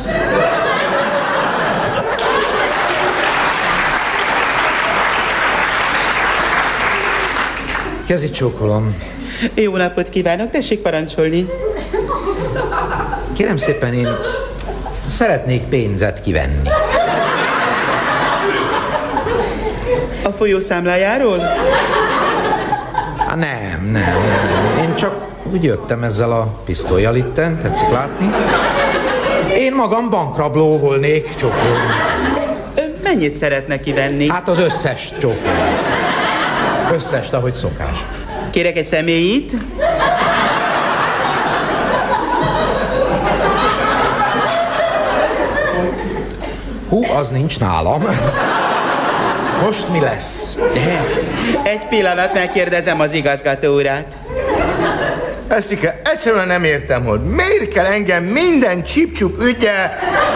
Kezit csókolom. Jó napot kívánok, tessék parancsolni. Kérem szépen, én szeretnék pénzet kivenni. A folyószámlájáról? Há, nem, nem, nem. Én csak úgy jöttem ezzel a pisztollyal itten, tetszik látni. Én magam bankrabló volnék, csókolom. Mennyit szeretne kivenni? Hát az összes, csókolom. Összest, ahogy szokás. Kérek egy személyit. Hú, az nincs nálam. Most mi lesz? Egy pillanat, megkérdezem az igazgató urat. Eszike, egyszerűen nem értem, hogy miért kell engem minden csip-csup ügye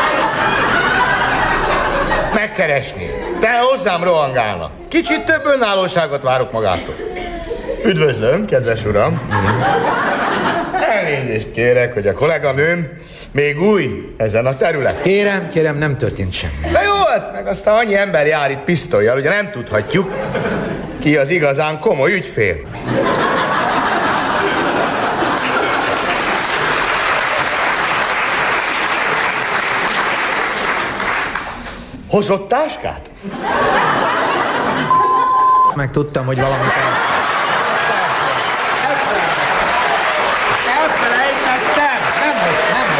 megkeresni. Te hozzám rohangálna. Kicsit több önállóságot várok magától. Üdvözlöm, kedves uram. Elnézést kérek, hogy a kolléganőm még új ezen a területen. Kérem, kérem, nem történt semmi. De jó, meg aztán annyi ember jár itt pisztollyal, ugye nem tudhatjuk, ki az igazán komoly ügyfél. Hozott táskát? Meg tudtam, hogy valamit el... Elfelejtettem! Nem most, nem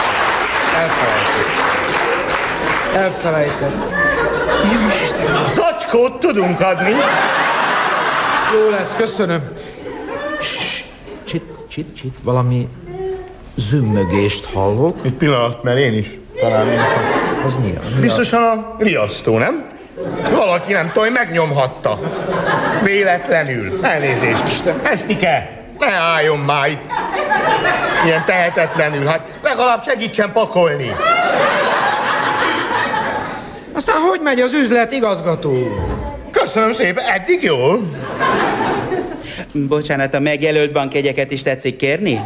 most. Elfelejtettem. Elfelejtettem. Jó Isten! Zacskót tudunk adni. Jó lesz, köszönöm. Csit, csit, csit, valami zümmögést hallok. Egy pillanat, mert én is talán én. Az mi? mi Biztosan a riasztó, nem? Valaki nem tudom, megnyomhatta. Véletlenül. Elnézést, Isten. Esztike, ne álljon már itt. Ilyen tehetetlenül. Hát legalább segítsen pakolni. Aztán hogy megy az üzlet, igazgató? Köszönöm szépen, eddig jól. Bocsánat, a megjelölt bankjegyeket is tetszik kérni?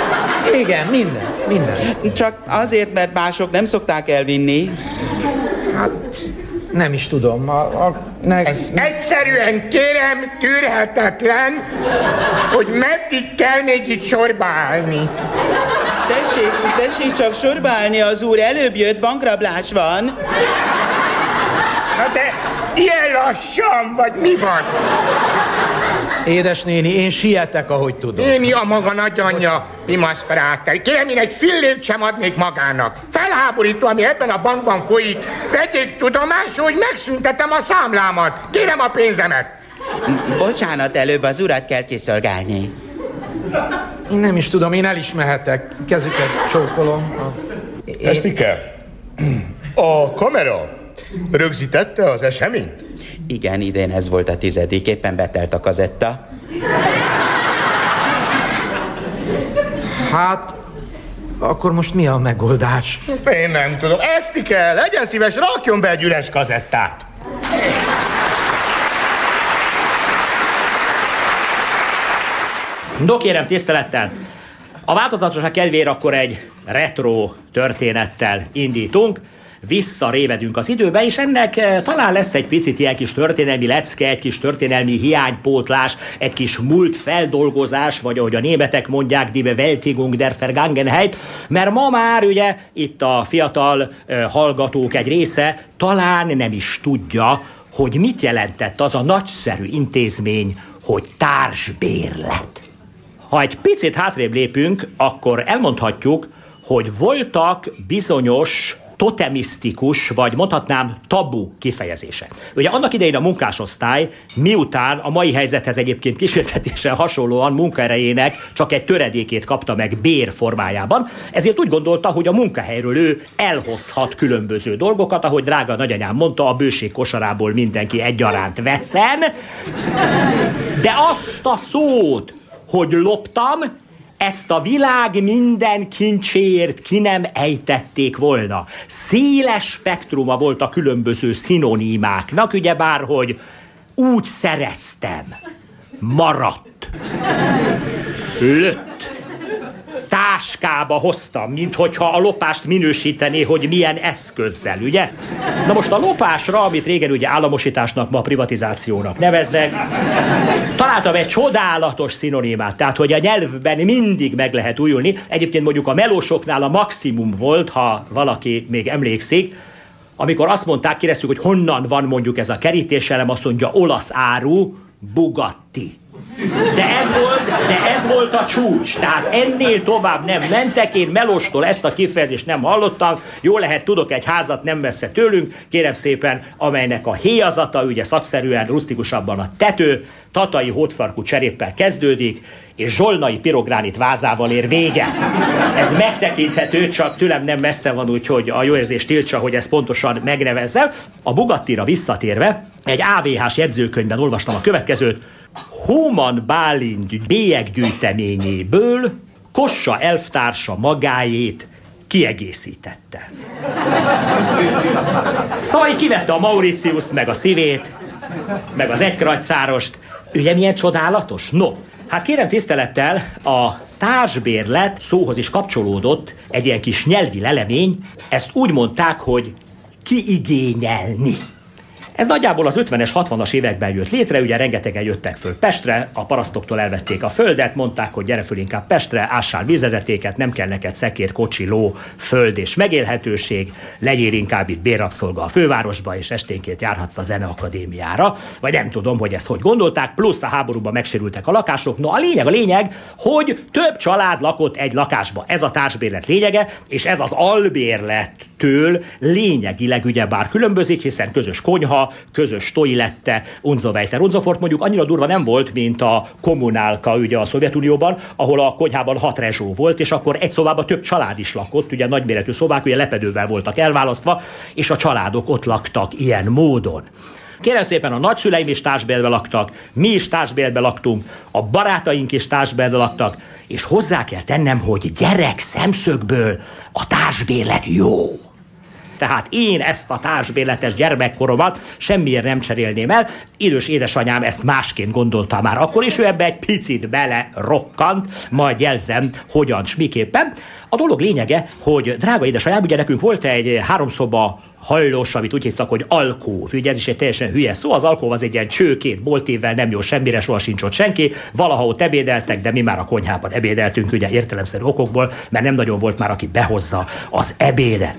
Igen, minden, minden. Csak azért, mert mások nem szokták elvinni. Hát nem is tudom. A, a, ne, Ez egyszerűen kérem, tűrhetetlen, hogy meddig kell még itt sorba állni. Tessék, tessék csak sorba állni, az úr előbb jött, bankrablás van. Na de ilyen lassan, vagy mi van? Édesnéni, én sietek, ahogy tudom. Néni a maga nagyanyja, imasz fráter. Kérem, én egy fillért sem adnék magának. Felháborító, ami ebben a bankban folyik. Vegyék tudomásul, hogy megszüntetem a számlámat. Kérem a pénzemet. Bocsánat, előbb az urat kell kiszolgálni. Én nem is tudom, én el is mehetek. Kezüket csókolom. Én... Esztike, a kamera rögzítette az eseményt? Igen, idén ez volt a tizedik, éppen betelt a kazetta. Hát, akkor most mi a megoldás? Én nem tudom. Esztike, legyen szíves, rakjon be egy üres kazettát. No kérem, tisztelettel, a változatosság kedvéért akkor egy retro történettel indítunk. Visszarévedünk az időbe, és ennek talán lesz egy picit ilyen kis történelmi lecke, egy kis történelmi hiánypótlás, egy kis múlt feldolgozás, vagy ahogy a németek mondják, die Bewältigung der Vergangenheit, mert ma már ugye itt a fiatal uh, hallgatók egy része talán nem is tudja, hogy mit jelentett az a nagyszerű intézmény, hogy társbérlet. Ha egy picit hátrébb lépünk, akkor elmondhatjuk, hogy voltak bizonyos totemisztikus, vagy mondhatnám tabu kifejezése. Ugye annak idején a munkásosztály, miután a mai helyzethez egyébként kísértetésen hasonlóan munkaerejének csak egy töredékét kapta meg bér formájában, ezért úgy gondolta, hogy a munkahelyről ő elhozhat különböző dolgokat, ahogy drága nagyanyám mondta, a bőség kosarából mindenki egyaránt veszen, de azt a szót, hogy loptam, ezt a világ minden kincséért ki nem ejtették volna. Széles spektruma volt a különböző szinonimáknak, ugyebár, hogy úgy szereztem, maradt, lőtt, táskába hoztam, mint hogyha a lopást minősítené, hogy milyen eszközzel, ugye? Na most a lopásra, amit régen ugye államosításnak, ma privatizációnak neveznek, találtam egy csodálatos szinonimát, tehát hogy a nyelvben mindig meg lehet újulni. Egyébként mondjuk a melósoknál a maximum volt, ha valaki még emlékszik, amikor azt mondták, kérdeztük, hogy honnan van mondjuk ez a kerítéselem, azt mondja, olasz áru, Bugatti. De ez volt, de ez volt a csúcs, tehát ennél tovább nem mentek, én melóstól ezt a kifejezést nem hallottam, jól lehet, tudok egy házat nem messze tőlünk, kérem szépen, amelynek a héjazata, ugye szakszerűen, rustikusabban a tető, tatai hódfarkú cseréppel kezdődik, és zsolnai pirogránit vázával ér vége. Ez megtekinthető, csak tőlem nem messze van, úgyhogy a jó érzés tiltsa, hogy ezt pontosan megnevezzem. A Bugattira visszatérve, egy á vé hás jegyzőkönyvben olvastam a következőt, Hóman Bálint bélyeggyűjteményéből Kossa elvtársa magáét kiegészítette. Szóval így kivette a Mauritiuszt, meg a szívét, meg az egykrajcárost. Ugye milyen csodálatos? No, hát kérem tisztelettel, a társbérlet szóhoz is kapcsolódott egy ilyen kis nyelvi lelemény, ezt úgy mondták, hogy kiigényelni. Ez nagyjából az ötvenes, hatvanas években jött létre, ugye rengetegen jöttek föl Pestre, a parasztoktól elvették a földet, mondták, hogy gyere föl inkább Pestre, ássál vízvezetéket, nem kell neked szekér, kocsi, ló, föld és megélhetőség, legyél inkább itt bérrabszolga a fővárosba, és esténként járhatsz a zeneakadémiára, vagy nem tudom, hogy ezt hogy gondolták, plusz a háborúban megsérültek a lakások. No, a lényeg a lényeg, hogy több család lakott egy lakásba. Ez a társbérlet lényege, és ez az albérlettől lényegileg ugyebár különbözik, hiszen közös konyha, közös toilette, unzovejter. Unzofort mondjuk annyira durva nem volt, mint a kommunálka ugye a Szovjetunióban, ahol a konyhában hat rezsó volt, és akkor egy szobában több család is lakott, ugye nagyméretű szobák, ugye lepedővel voltak elválasztva, és a családok ott laktak ilyen módon. Kérem szépen, a nagyszüleim is társbérbe laktak, mi is társbérbe laktunk, a barátaink is társbérbe laktak, és hozzá kell tennem, hogy gyerek szemszögből a társbérlet jó. Tehát én ezt a társbérletes gyermekkoromat semmiért nem cserélném el. Idős édesanyám ezt másként gondolta már akkor is, ő ebbe egy picit bele rokkant, majd jelzem, hogyan s miképpen. A dolog lényege, hogy drága édesanyám, ugye nekünk volt egy háromszoba hajlós, amit úgy hívtak, hogy alkóv. Ugye ez is egy teljesen hülye szó. Az alkóv az egy ilyen cső, két boltévvel, nem jó semmire, soha sincs ott senki. Valaha ott ebédeltek, de mi már a konyhában ebédeltünk, ugye értelemszerű okokból, mert nem nagyon volt már, aki behozza az ebédet.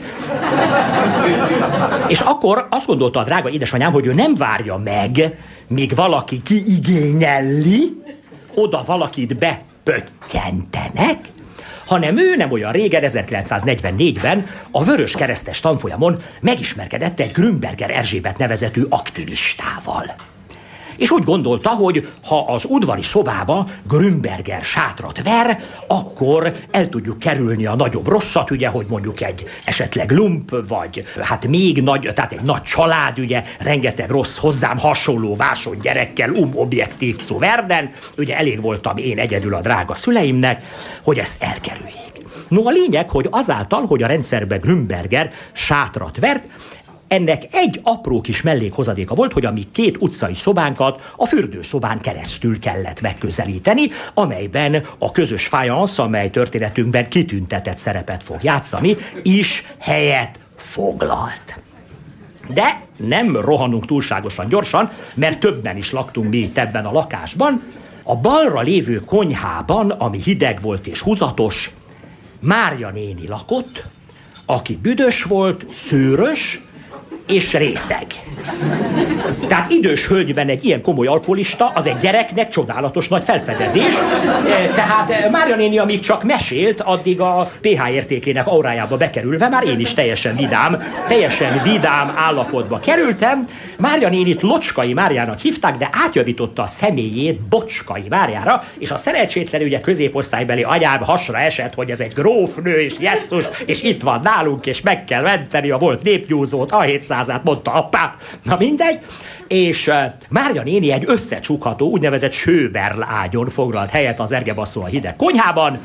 És akkor azt gondolta a drága édesanyám, hogy ő nem várja meg, míg valaki kiigényelli, oda valakit bepöttyentenek, hanem ő nem olyan régen, ezerkilencszáznegyvennégyben a Vörös Keresztes tanfolyamon megismerkedett egy Grünberger Erzsébet nevezetű aktivistával. És úgy gondolta, hogy ha az udvari szobába Grünberger sátrat ver, akkor el tudjuk kerülni a nagyobb rosszat, ugye, hogy mondjuk egy esetleg lump, vagy hát még nagy, tehát egy nagy család, ugye, rengeteg rossz hozzám hasonló vásott gyerekkel, um objektív zu werden, ugye elég voltam én egyedül a drága szüleimnek, hogy ezt elkerüljék. No, a lényeg, hogy azáltal, hogy a rendszerbe Grünberger sátrat vert, ennek egy apró kis mellékhozadéka volt, hogy a mi két utcai szobánkat a fürdőszobán keresztül kellett megközelíteni, amelyben a közös fájansz, amely történetünkben kitüntetett szerepet fog játszani, is helyet foglalt. De nem rohanunk túlságosan gyorsan, mert többen is laktunk mi itt ebben a lakásban. A balra lévő konyhában, ami hideg volt és húzatos, Mária néni lakott, aki büdös volt, szőrös és részeg. Tehát idős hölgyben egy ilyen komoly alkoholista, az egy gyereknek csodálatos nagy felfedezés. Tehát Mária néni, amíg csak mesélt, addig a pé há értékének aurájába bekerülve már én is teljesen vidám, teljesen vidám állapotba kerültem. Mária nénit Locskai Máriának hívták, de átjavította a személyét Bocskai Máriára, és a szerencsétlen ugye középosztálybeli anyám hasra esett, hogy ez egy grófnő és jesszus, és itt van nálunk, és meg kell menteni a volt népnyúzót, a hétszázát, mondta apám. Na mindegy. És uh, Mária néni egy összecsukható, úgynevezett sőberl ágyon foglalt helyet az ergebasszó a hideg konyhában,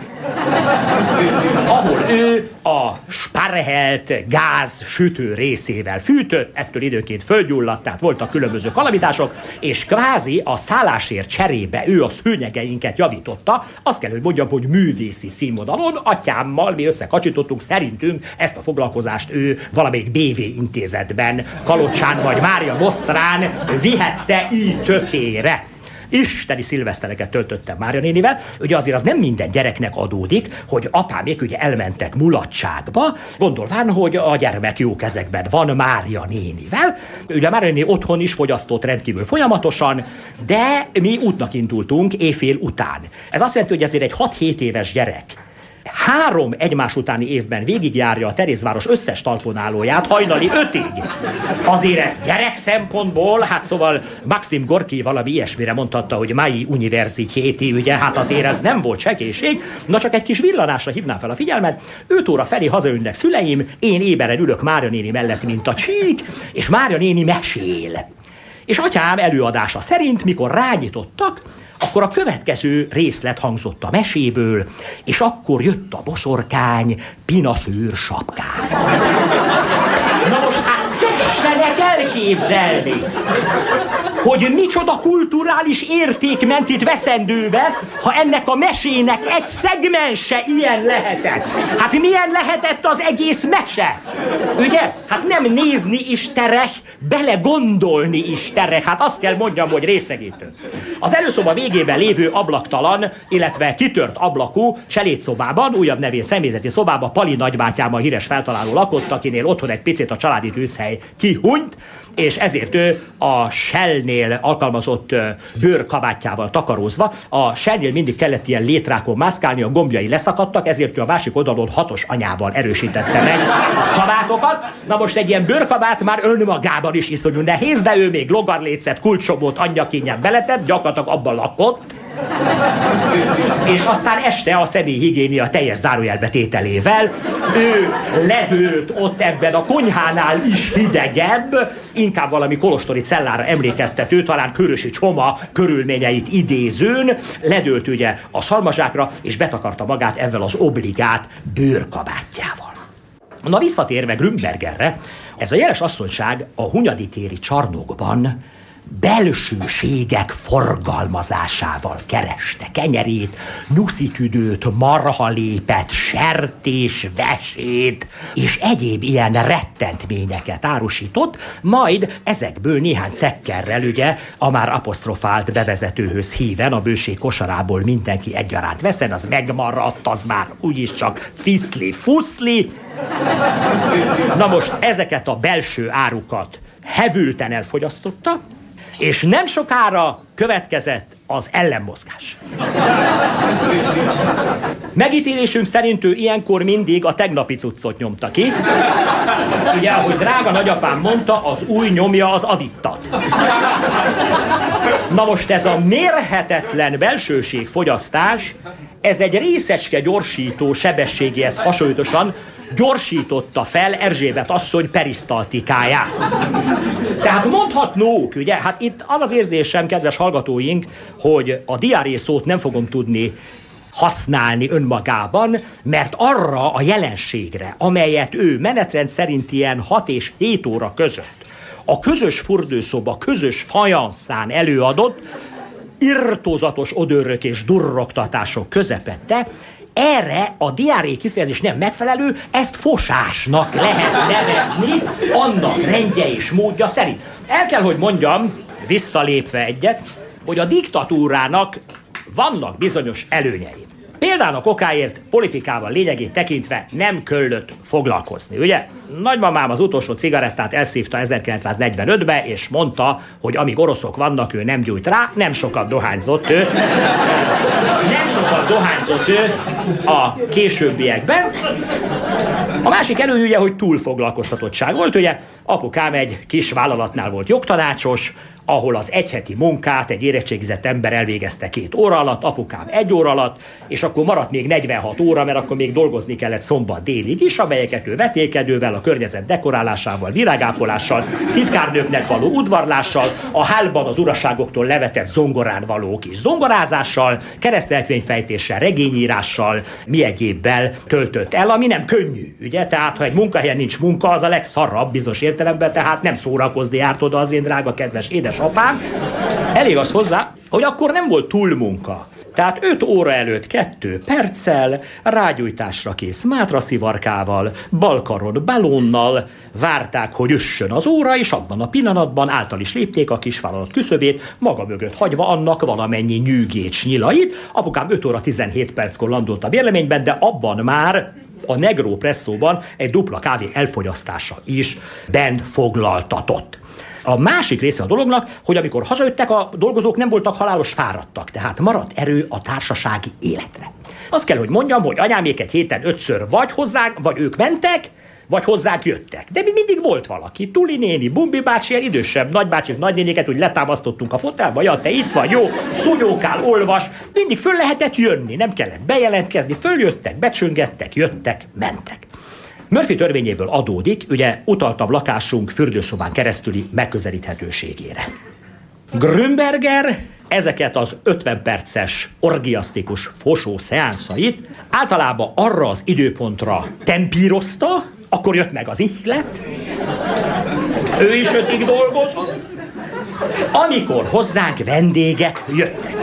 ahol ő a sparrehelt gáz sütő részével fűtött, ettől időnként földgyulladt, tehát voltak különböző kalamítások, és kvázi a szállásért cserébe ő a szőnyegeinket javította. Azt kell, hogy mondjam, hogy művészi színvonalon, atyámmal mi összekacsítottunk, szerintünk ezt a foglalkozást ő valamelyik bé vé intézetben, Kalocsán vagy Mária Mosztrán vihette így tökére. Isteni szilvesztereket töltöttem Mária nénivel. Ugye azért az nem minden gyereknek adódik, hogy apámék ugye elmentek mulatságba, gondolván, hogy a gyermek jó kezekben van Mária nénivel. Ugye Mária néni otthon is fogyasztott rendkívül folyamatosan, de mi útnak indultunk éjfél után. Ez azt jelenti, hogy azért egy hat-hét éves gyerek három egymás utáni évben végigjárja a Terézváros összes talponálóját hajnali ötig. Azért ez gyerek szempontból, hát szóval Maxim Gorki valami ilyesmire mondhatta, hogy mai universitéti, ugye, hát azért ez nem volt segélység. Na csak egy kis villanásra hívnám fel a figyelmet. öt óra felé hazaönnek szüleim, én éberen ülök Mária néni mellett, mint a csík, és Mária néni mesél. És atyám előadása szerint, mikor rányítottak, akkor a következő részlet hangzott a meséből, és akkor jött a boszorkány pinaszőr sapkával. Na most hát tessenek elképzelni, hogy micsoda kulturális érték ment itt veszendőbe, ha ennek a mesének egy szegmense ilyen lehetett. Hát milyen lehetett az egész mese? Ugye? Hát nem nézni is terek, belegondolni is terek. Hát azt kell mondjam, hogy részegítő. Az előszoba végében lévő ablaktalan, illetve kitört ablakú selédszobában, újabb nevén személyzeti szobában Pali nagybátyám, a híres feltaláló lakott, akinél otthon egy picit a családi tűzhely kihunyt, és ezért ő a Shell-nél alkalmazott bőrkabátjával takarózva, a Shell-nél mindig kellett ilyen létrákon mászkálni, a gombjai leszakadtak, ezért ő a másik oldalon hatos anyával erősítette meg a kabátokat. Na most egy ilyen bőrkabát már önmagában is iszonyú nehéz, de ő még logarlécet, kulcsobót, angyakínját beletett, gyakorlatilag abban lakott, és aztán este a személyhigiénia teljes zárójelbetételével ő ledőlt ott ebben a konyhánál is hidegebb, inkább valami kolostori cellára emlékeztető, talán Körösi Csoma körülményeit idézőn, ledőlt ugye a szalmazsákra, és betakarta magát ezzel az obligát bőrkabátjával. Na visszatérve Grünbergerre, ez a jeles asszonyság a Hunyadi téri csarnokban belsőségek forgalmazásával kereste kenyerét, nyuszitüdőt, marhalépet, sertés, vesét és egyéb ilyen rettentményeket árusított, majd ezekből néhány cekkerrel, ugye, a már apostrofált bevezetőhöz híven a bőség kosarából mindenki egyaránt veszen, az megmaradt, az már úgyis csak fiszli-fuszli. Na most ezeket a belső árukat hevülten elfogyasztotta, és nem sokára következett az ellenmozgás. Megítélésünk szerint ő ilyenkor mindig a tegnapi cuccot nyomta ki. Ugye, ahogy drága nagyapám mondta, az új nyomja az avittat. Na most ez a mérhetetlen belsőségfogyasztás, ez egy részecske gyorsító sebességéhez hasonlóan gyorsította fel Erzsébet asszony perisztaltikáját. Tehát mondhatnók, ugye, hát itt az az érzésem, kedves hallgatóink, hogy a diarré szót nem fogom tudni használni önmagában, mert arra a jelenségre, amelyet ő menetrend szerint ilyen hat és hét óra között a közös fürdőszoba közös fajanszán előadott irtózatos odőrök és durrogtatások közepette, erre a diarré kifejezés nem megfelelő, ezt fosásnak lehet nevezni, annak rendje és módja szerint. El kell, hogy mondjam, visszalépve egyet, hogy a diktatúrának vannak bizonyos előnyei. Példának okáért politikával lényegét tekintve nem kellett foglalkozni, ugye? Nagymamám az utolsó cigarettát elszívta ezerkilencszáznegyvenötbe, és mondta, hogy amíg oroszok vannak, ő nem gyújt rá, nem sokat dohányzott ő. Nem sokat dohányzott ő a későbbiekben. A másik előny ugye, hogy túlfoglalkoztatottság volt, ugye? Apukám egy kis vállalatnál volt jogtanácsos, ahol az egyheti munkát egy érettségizett ember elvégezte két óra alatt, apukám egy óra alatt, és akkor maradt még negyvenhat óra, mert akkor még dolgozni kellett szombat délig is, amelyeket ő vetélkedővel, a környezet dekorálásával, virágápolással, titkárnőknek való udvarlással, a hálban az uraságoktól levetett zongorán való kis zongorázással, keresztelkönyvfejtéssel, regényírással, mi egyébbel töltött el, ami nem könnyű, ugye? Tehát, ha egy munkahelyen nincs munka, az a legszarabb bizonyos értelemben, tehát nem szórakozni járt oda az én drága kedves édes apám. Elég az hozzá, hogy akkor nem volt túlmunka. Tehát öt óra előtt kettő perccel, rágyújtásra kész mátraszivarkával, balkaron balonnal várták, hogy üssön az óra, és abban a pillanatban által is lépték a kisvállalat küszöbét, maga mögött hagyva annak valamennyi nyűgét, nyilait. Apukám öt óra tizenhét perckor landolt a bérleményben, de abban már a Negro Presszóban egy dupla kávé elfogyasztása is bent foglaltatott. A másik része a dolognak, hogy amikor hazajöttek, a dolgozók nem voltak halálos fáradtak, tehát maradt erő a társasági életre. Azt kell, hogy mondjam, hogy anyámék egy héten ötször vagy hozzánk, vagy ők mentek, vagy hozzánk jöttek. De mi mindig volt valaki, Tuli néni, Bumbi bácsi, ilyen idősebb nagybácsik, nagynénéket, úgy letámasztottunk a fotelba, ja, te itt vagy, jó, szunyókál, olvas, mindig föl lehetett jönni, nem kellett bejelentkezni, följöttek, becsöngettek, jöttek, mentek. Murphy törvényéből adódik, ugye utaltam lakásunk fürdőszobán keresztüli megközelíthetőségére. Grünberger ezeket az ötven perces orgiasztikus fosó szeánszait általában arra az időpontra tempírozta, akkor jött meg az ihlet, ő is ötig dolgozott, amikor hozzánk vendégek jöttek.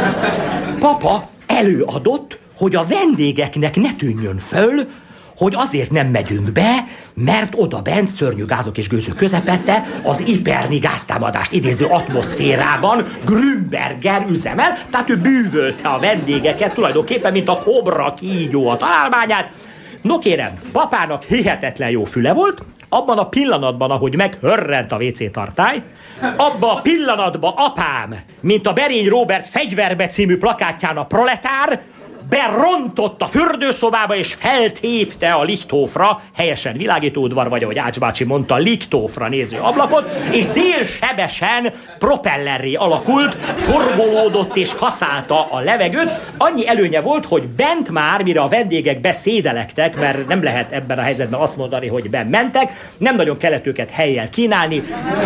Papa előadott, hogy a vendégeknek ne tűnjön föl, hogy azért nem megyünk be, mert oda bent szörnyű gázok és gőzök közepette az iperni gáztámadást idéző atmoszférában Grünberger üzemel, tehát ő bűvölte a vendégeket tulajdonképpen, mint a kobra kígyó a találmányát. No kérem, papának hihetetlen jó füle volt, abban a pillanatban, ahogy meghörrent a vé cé tartály, abban a pillanatban apám, mint a Berény Róbert Fegyverbe című plakátján a proletár, berontott a fürdőszobába és feltépte a Lichthofra, helyesen világítóudvar, vagy ahogy Ács bácsi mondta, Lichthofra néző ablakot, és szélsebesen propellerré alakult, forgolódott és kaszálta a levegőt. Annyi előnye volt, hogy bent már, mire a vendégek beszédelektek, mert nem lehet ebben a helyzetben azt mondani, hogy benn mentek, nem nagyon kellett őket helyjel kínálni,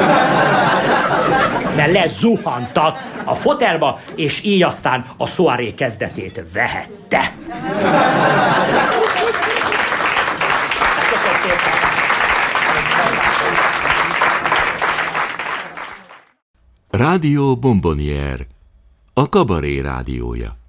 mert lezuhantak a fotelba, és így aztán a soirée kezdetét vehette. Rádió Bombonier, a kabaré rádiója.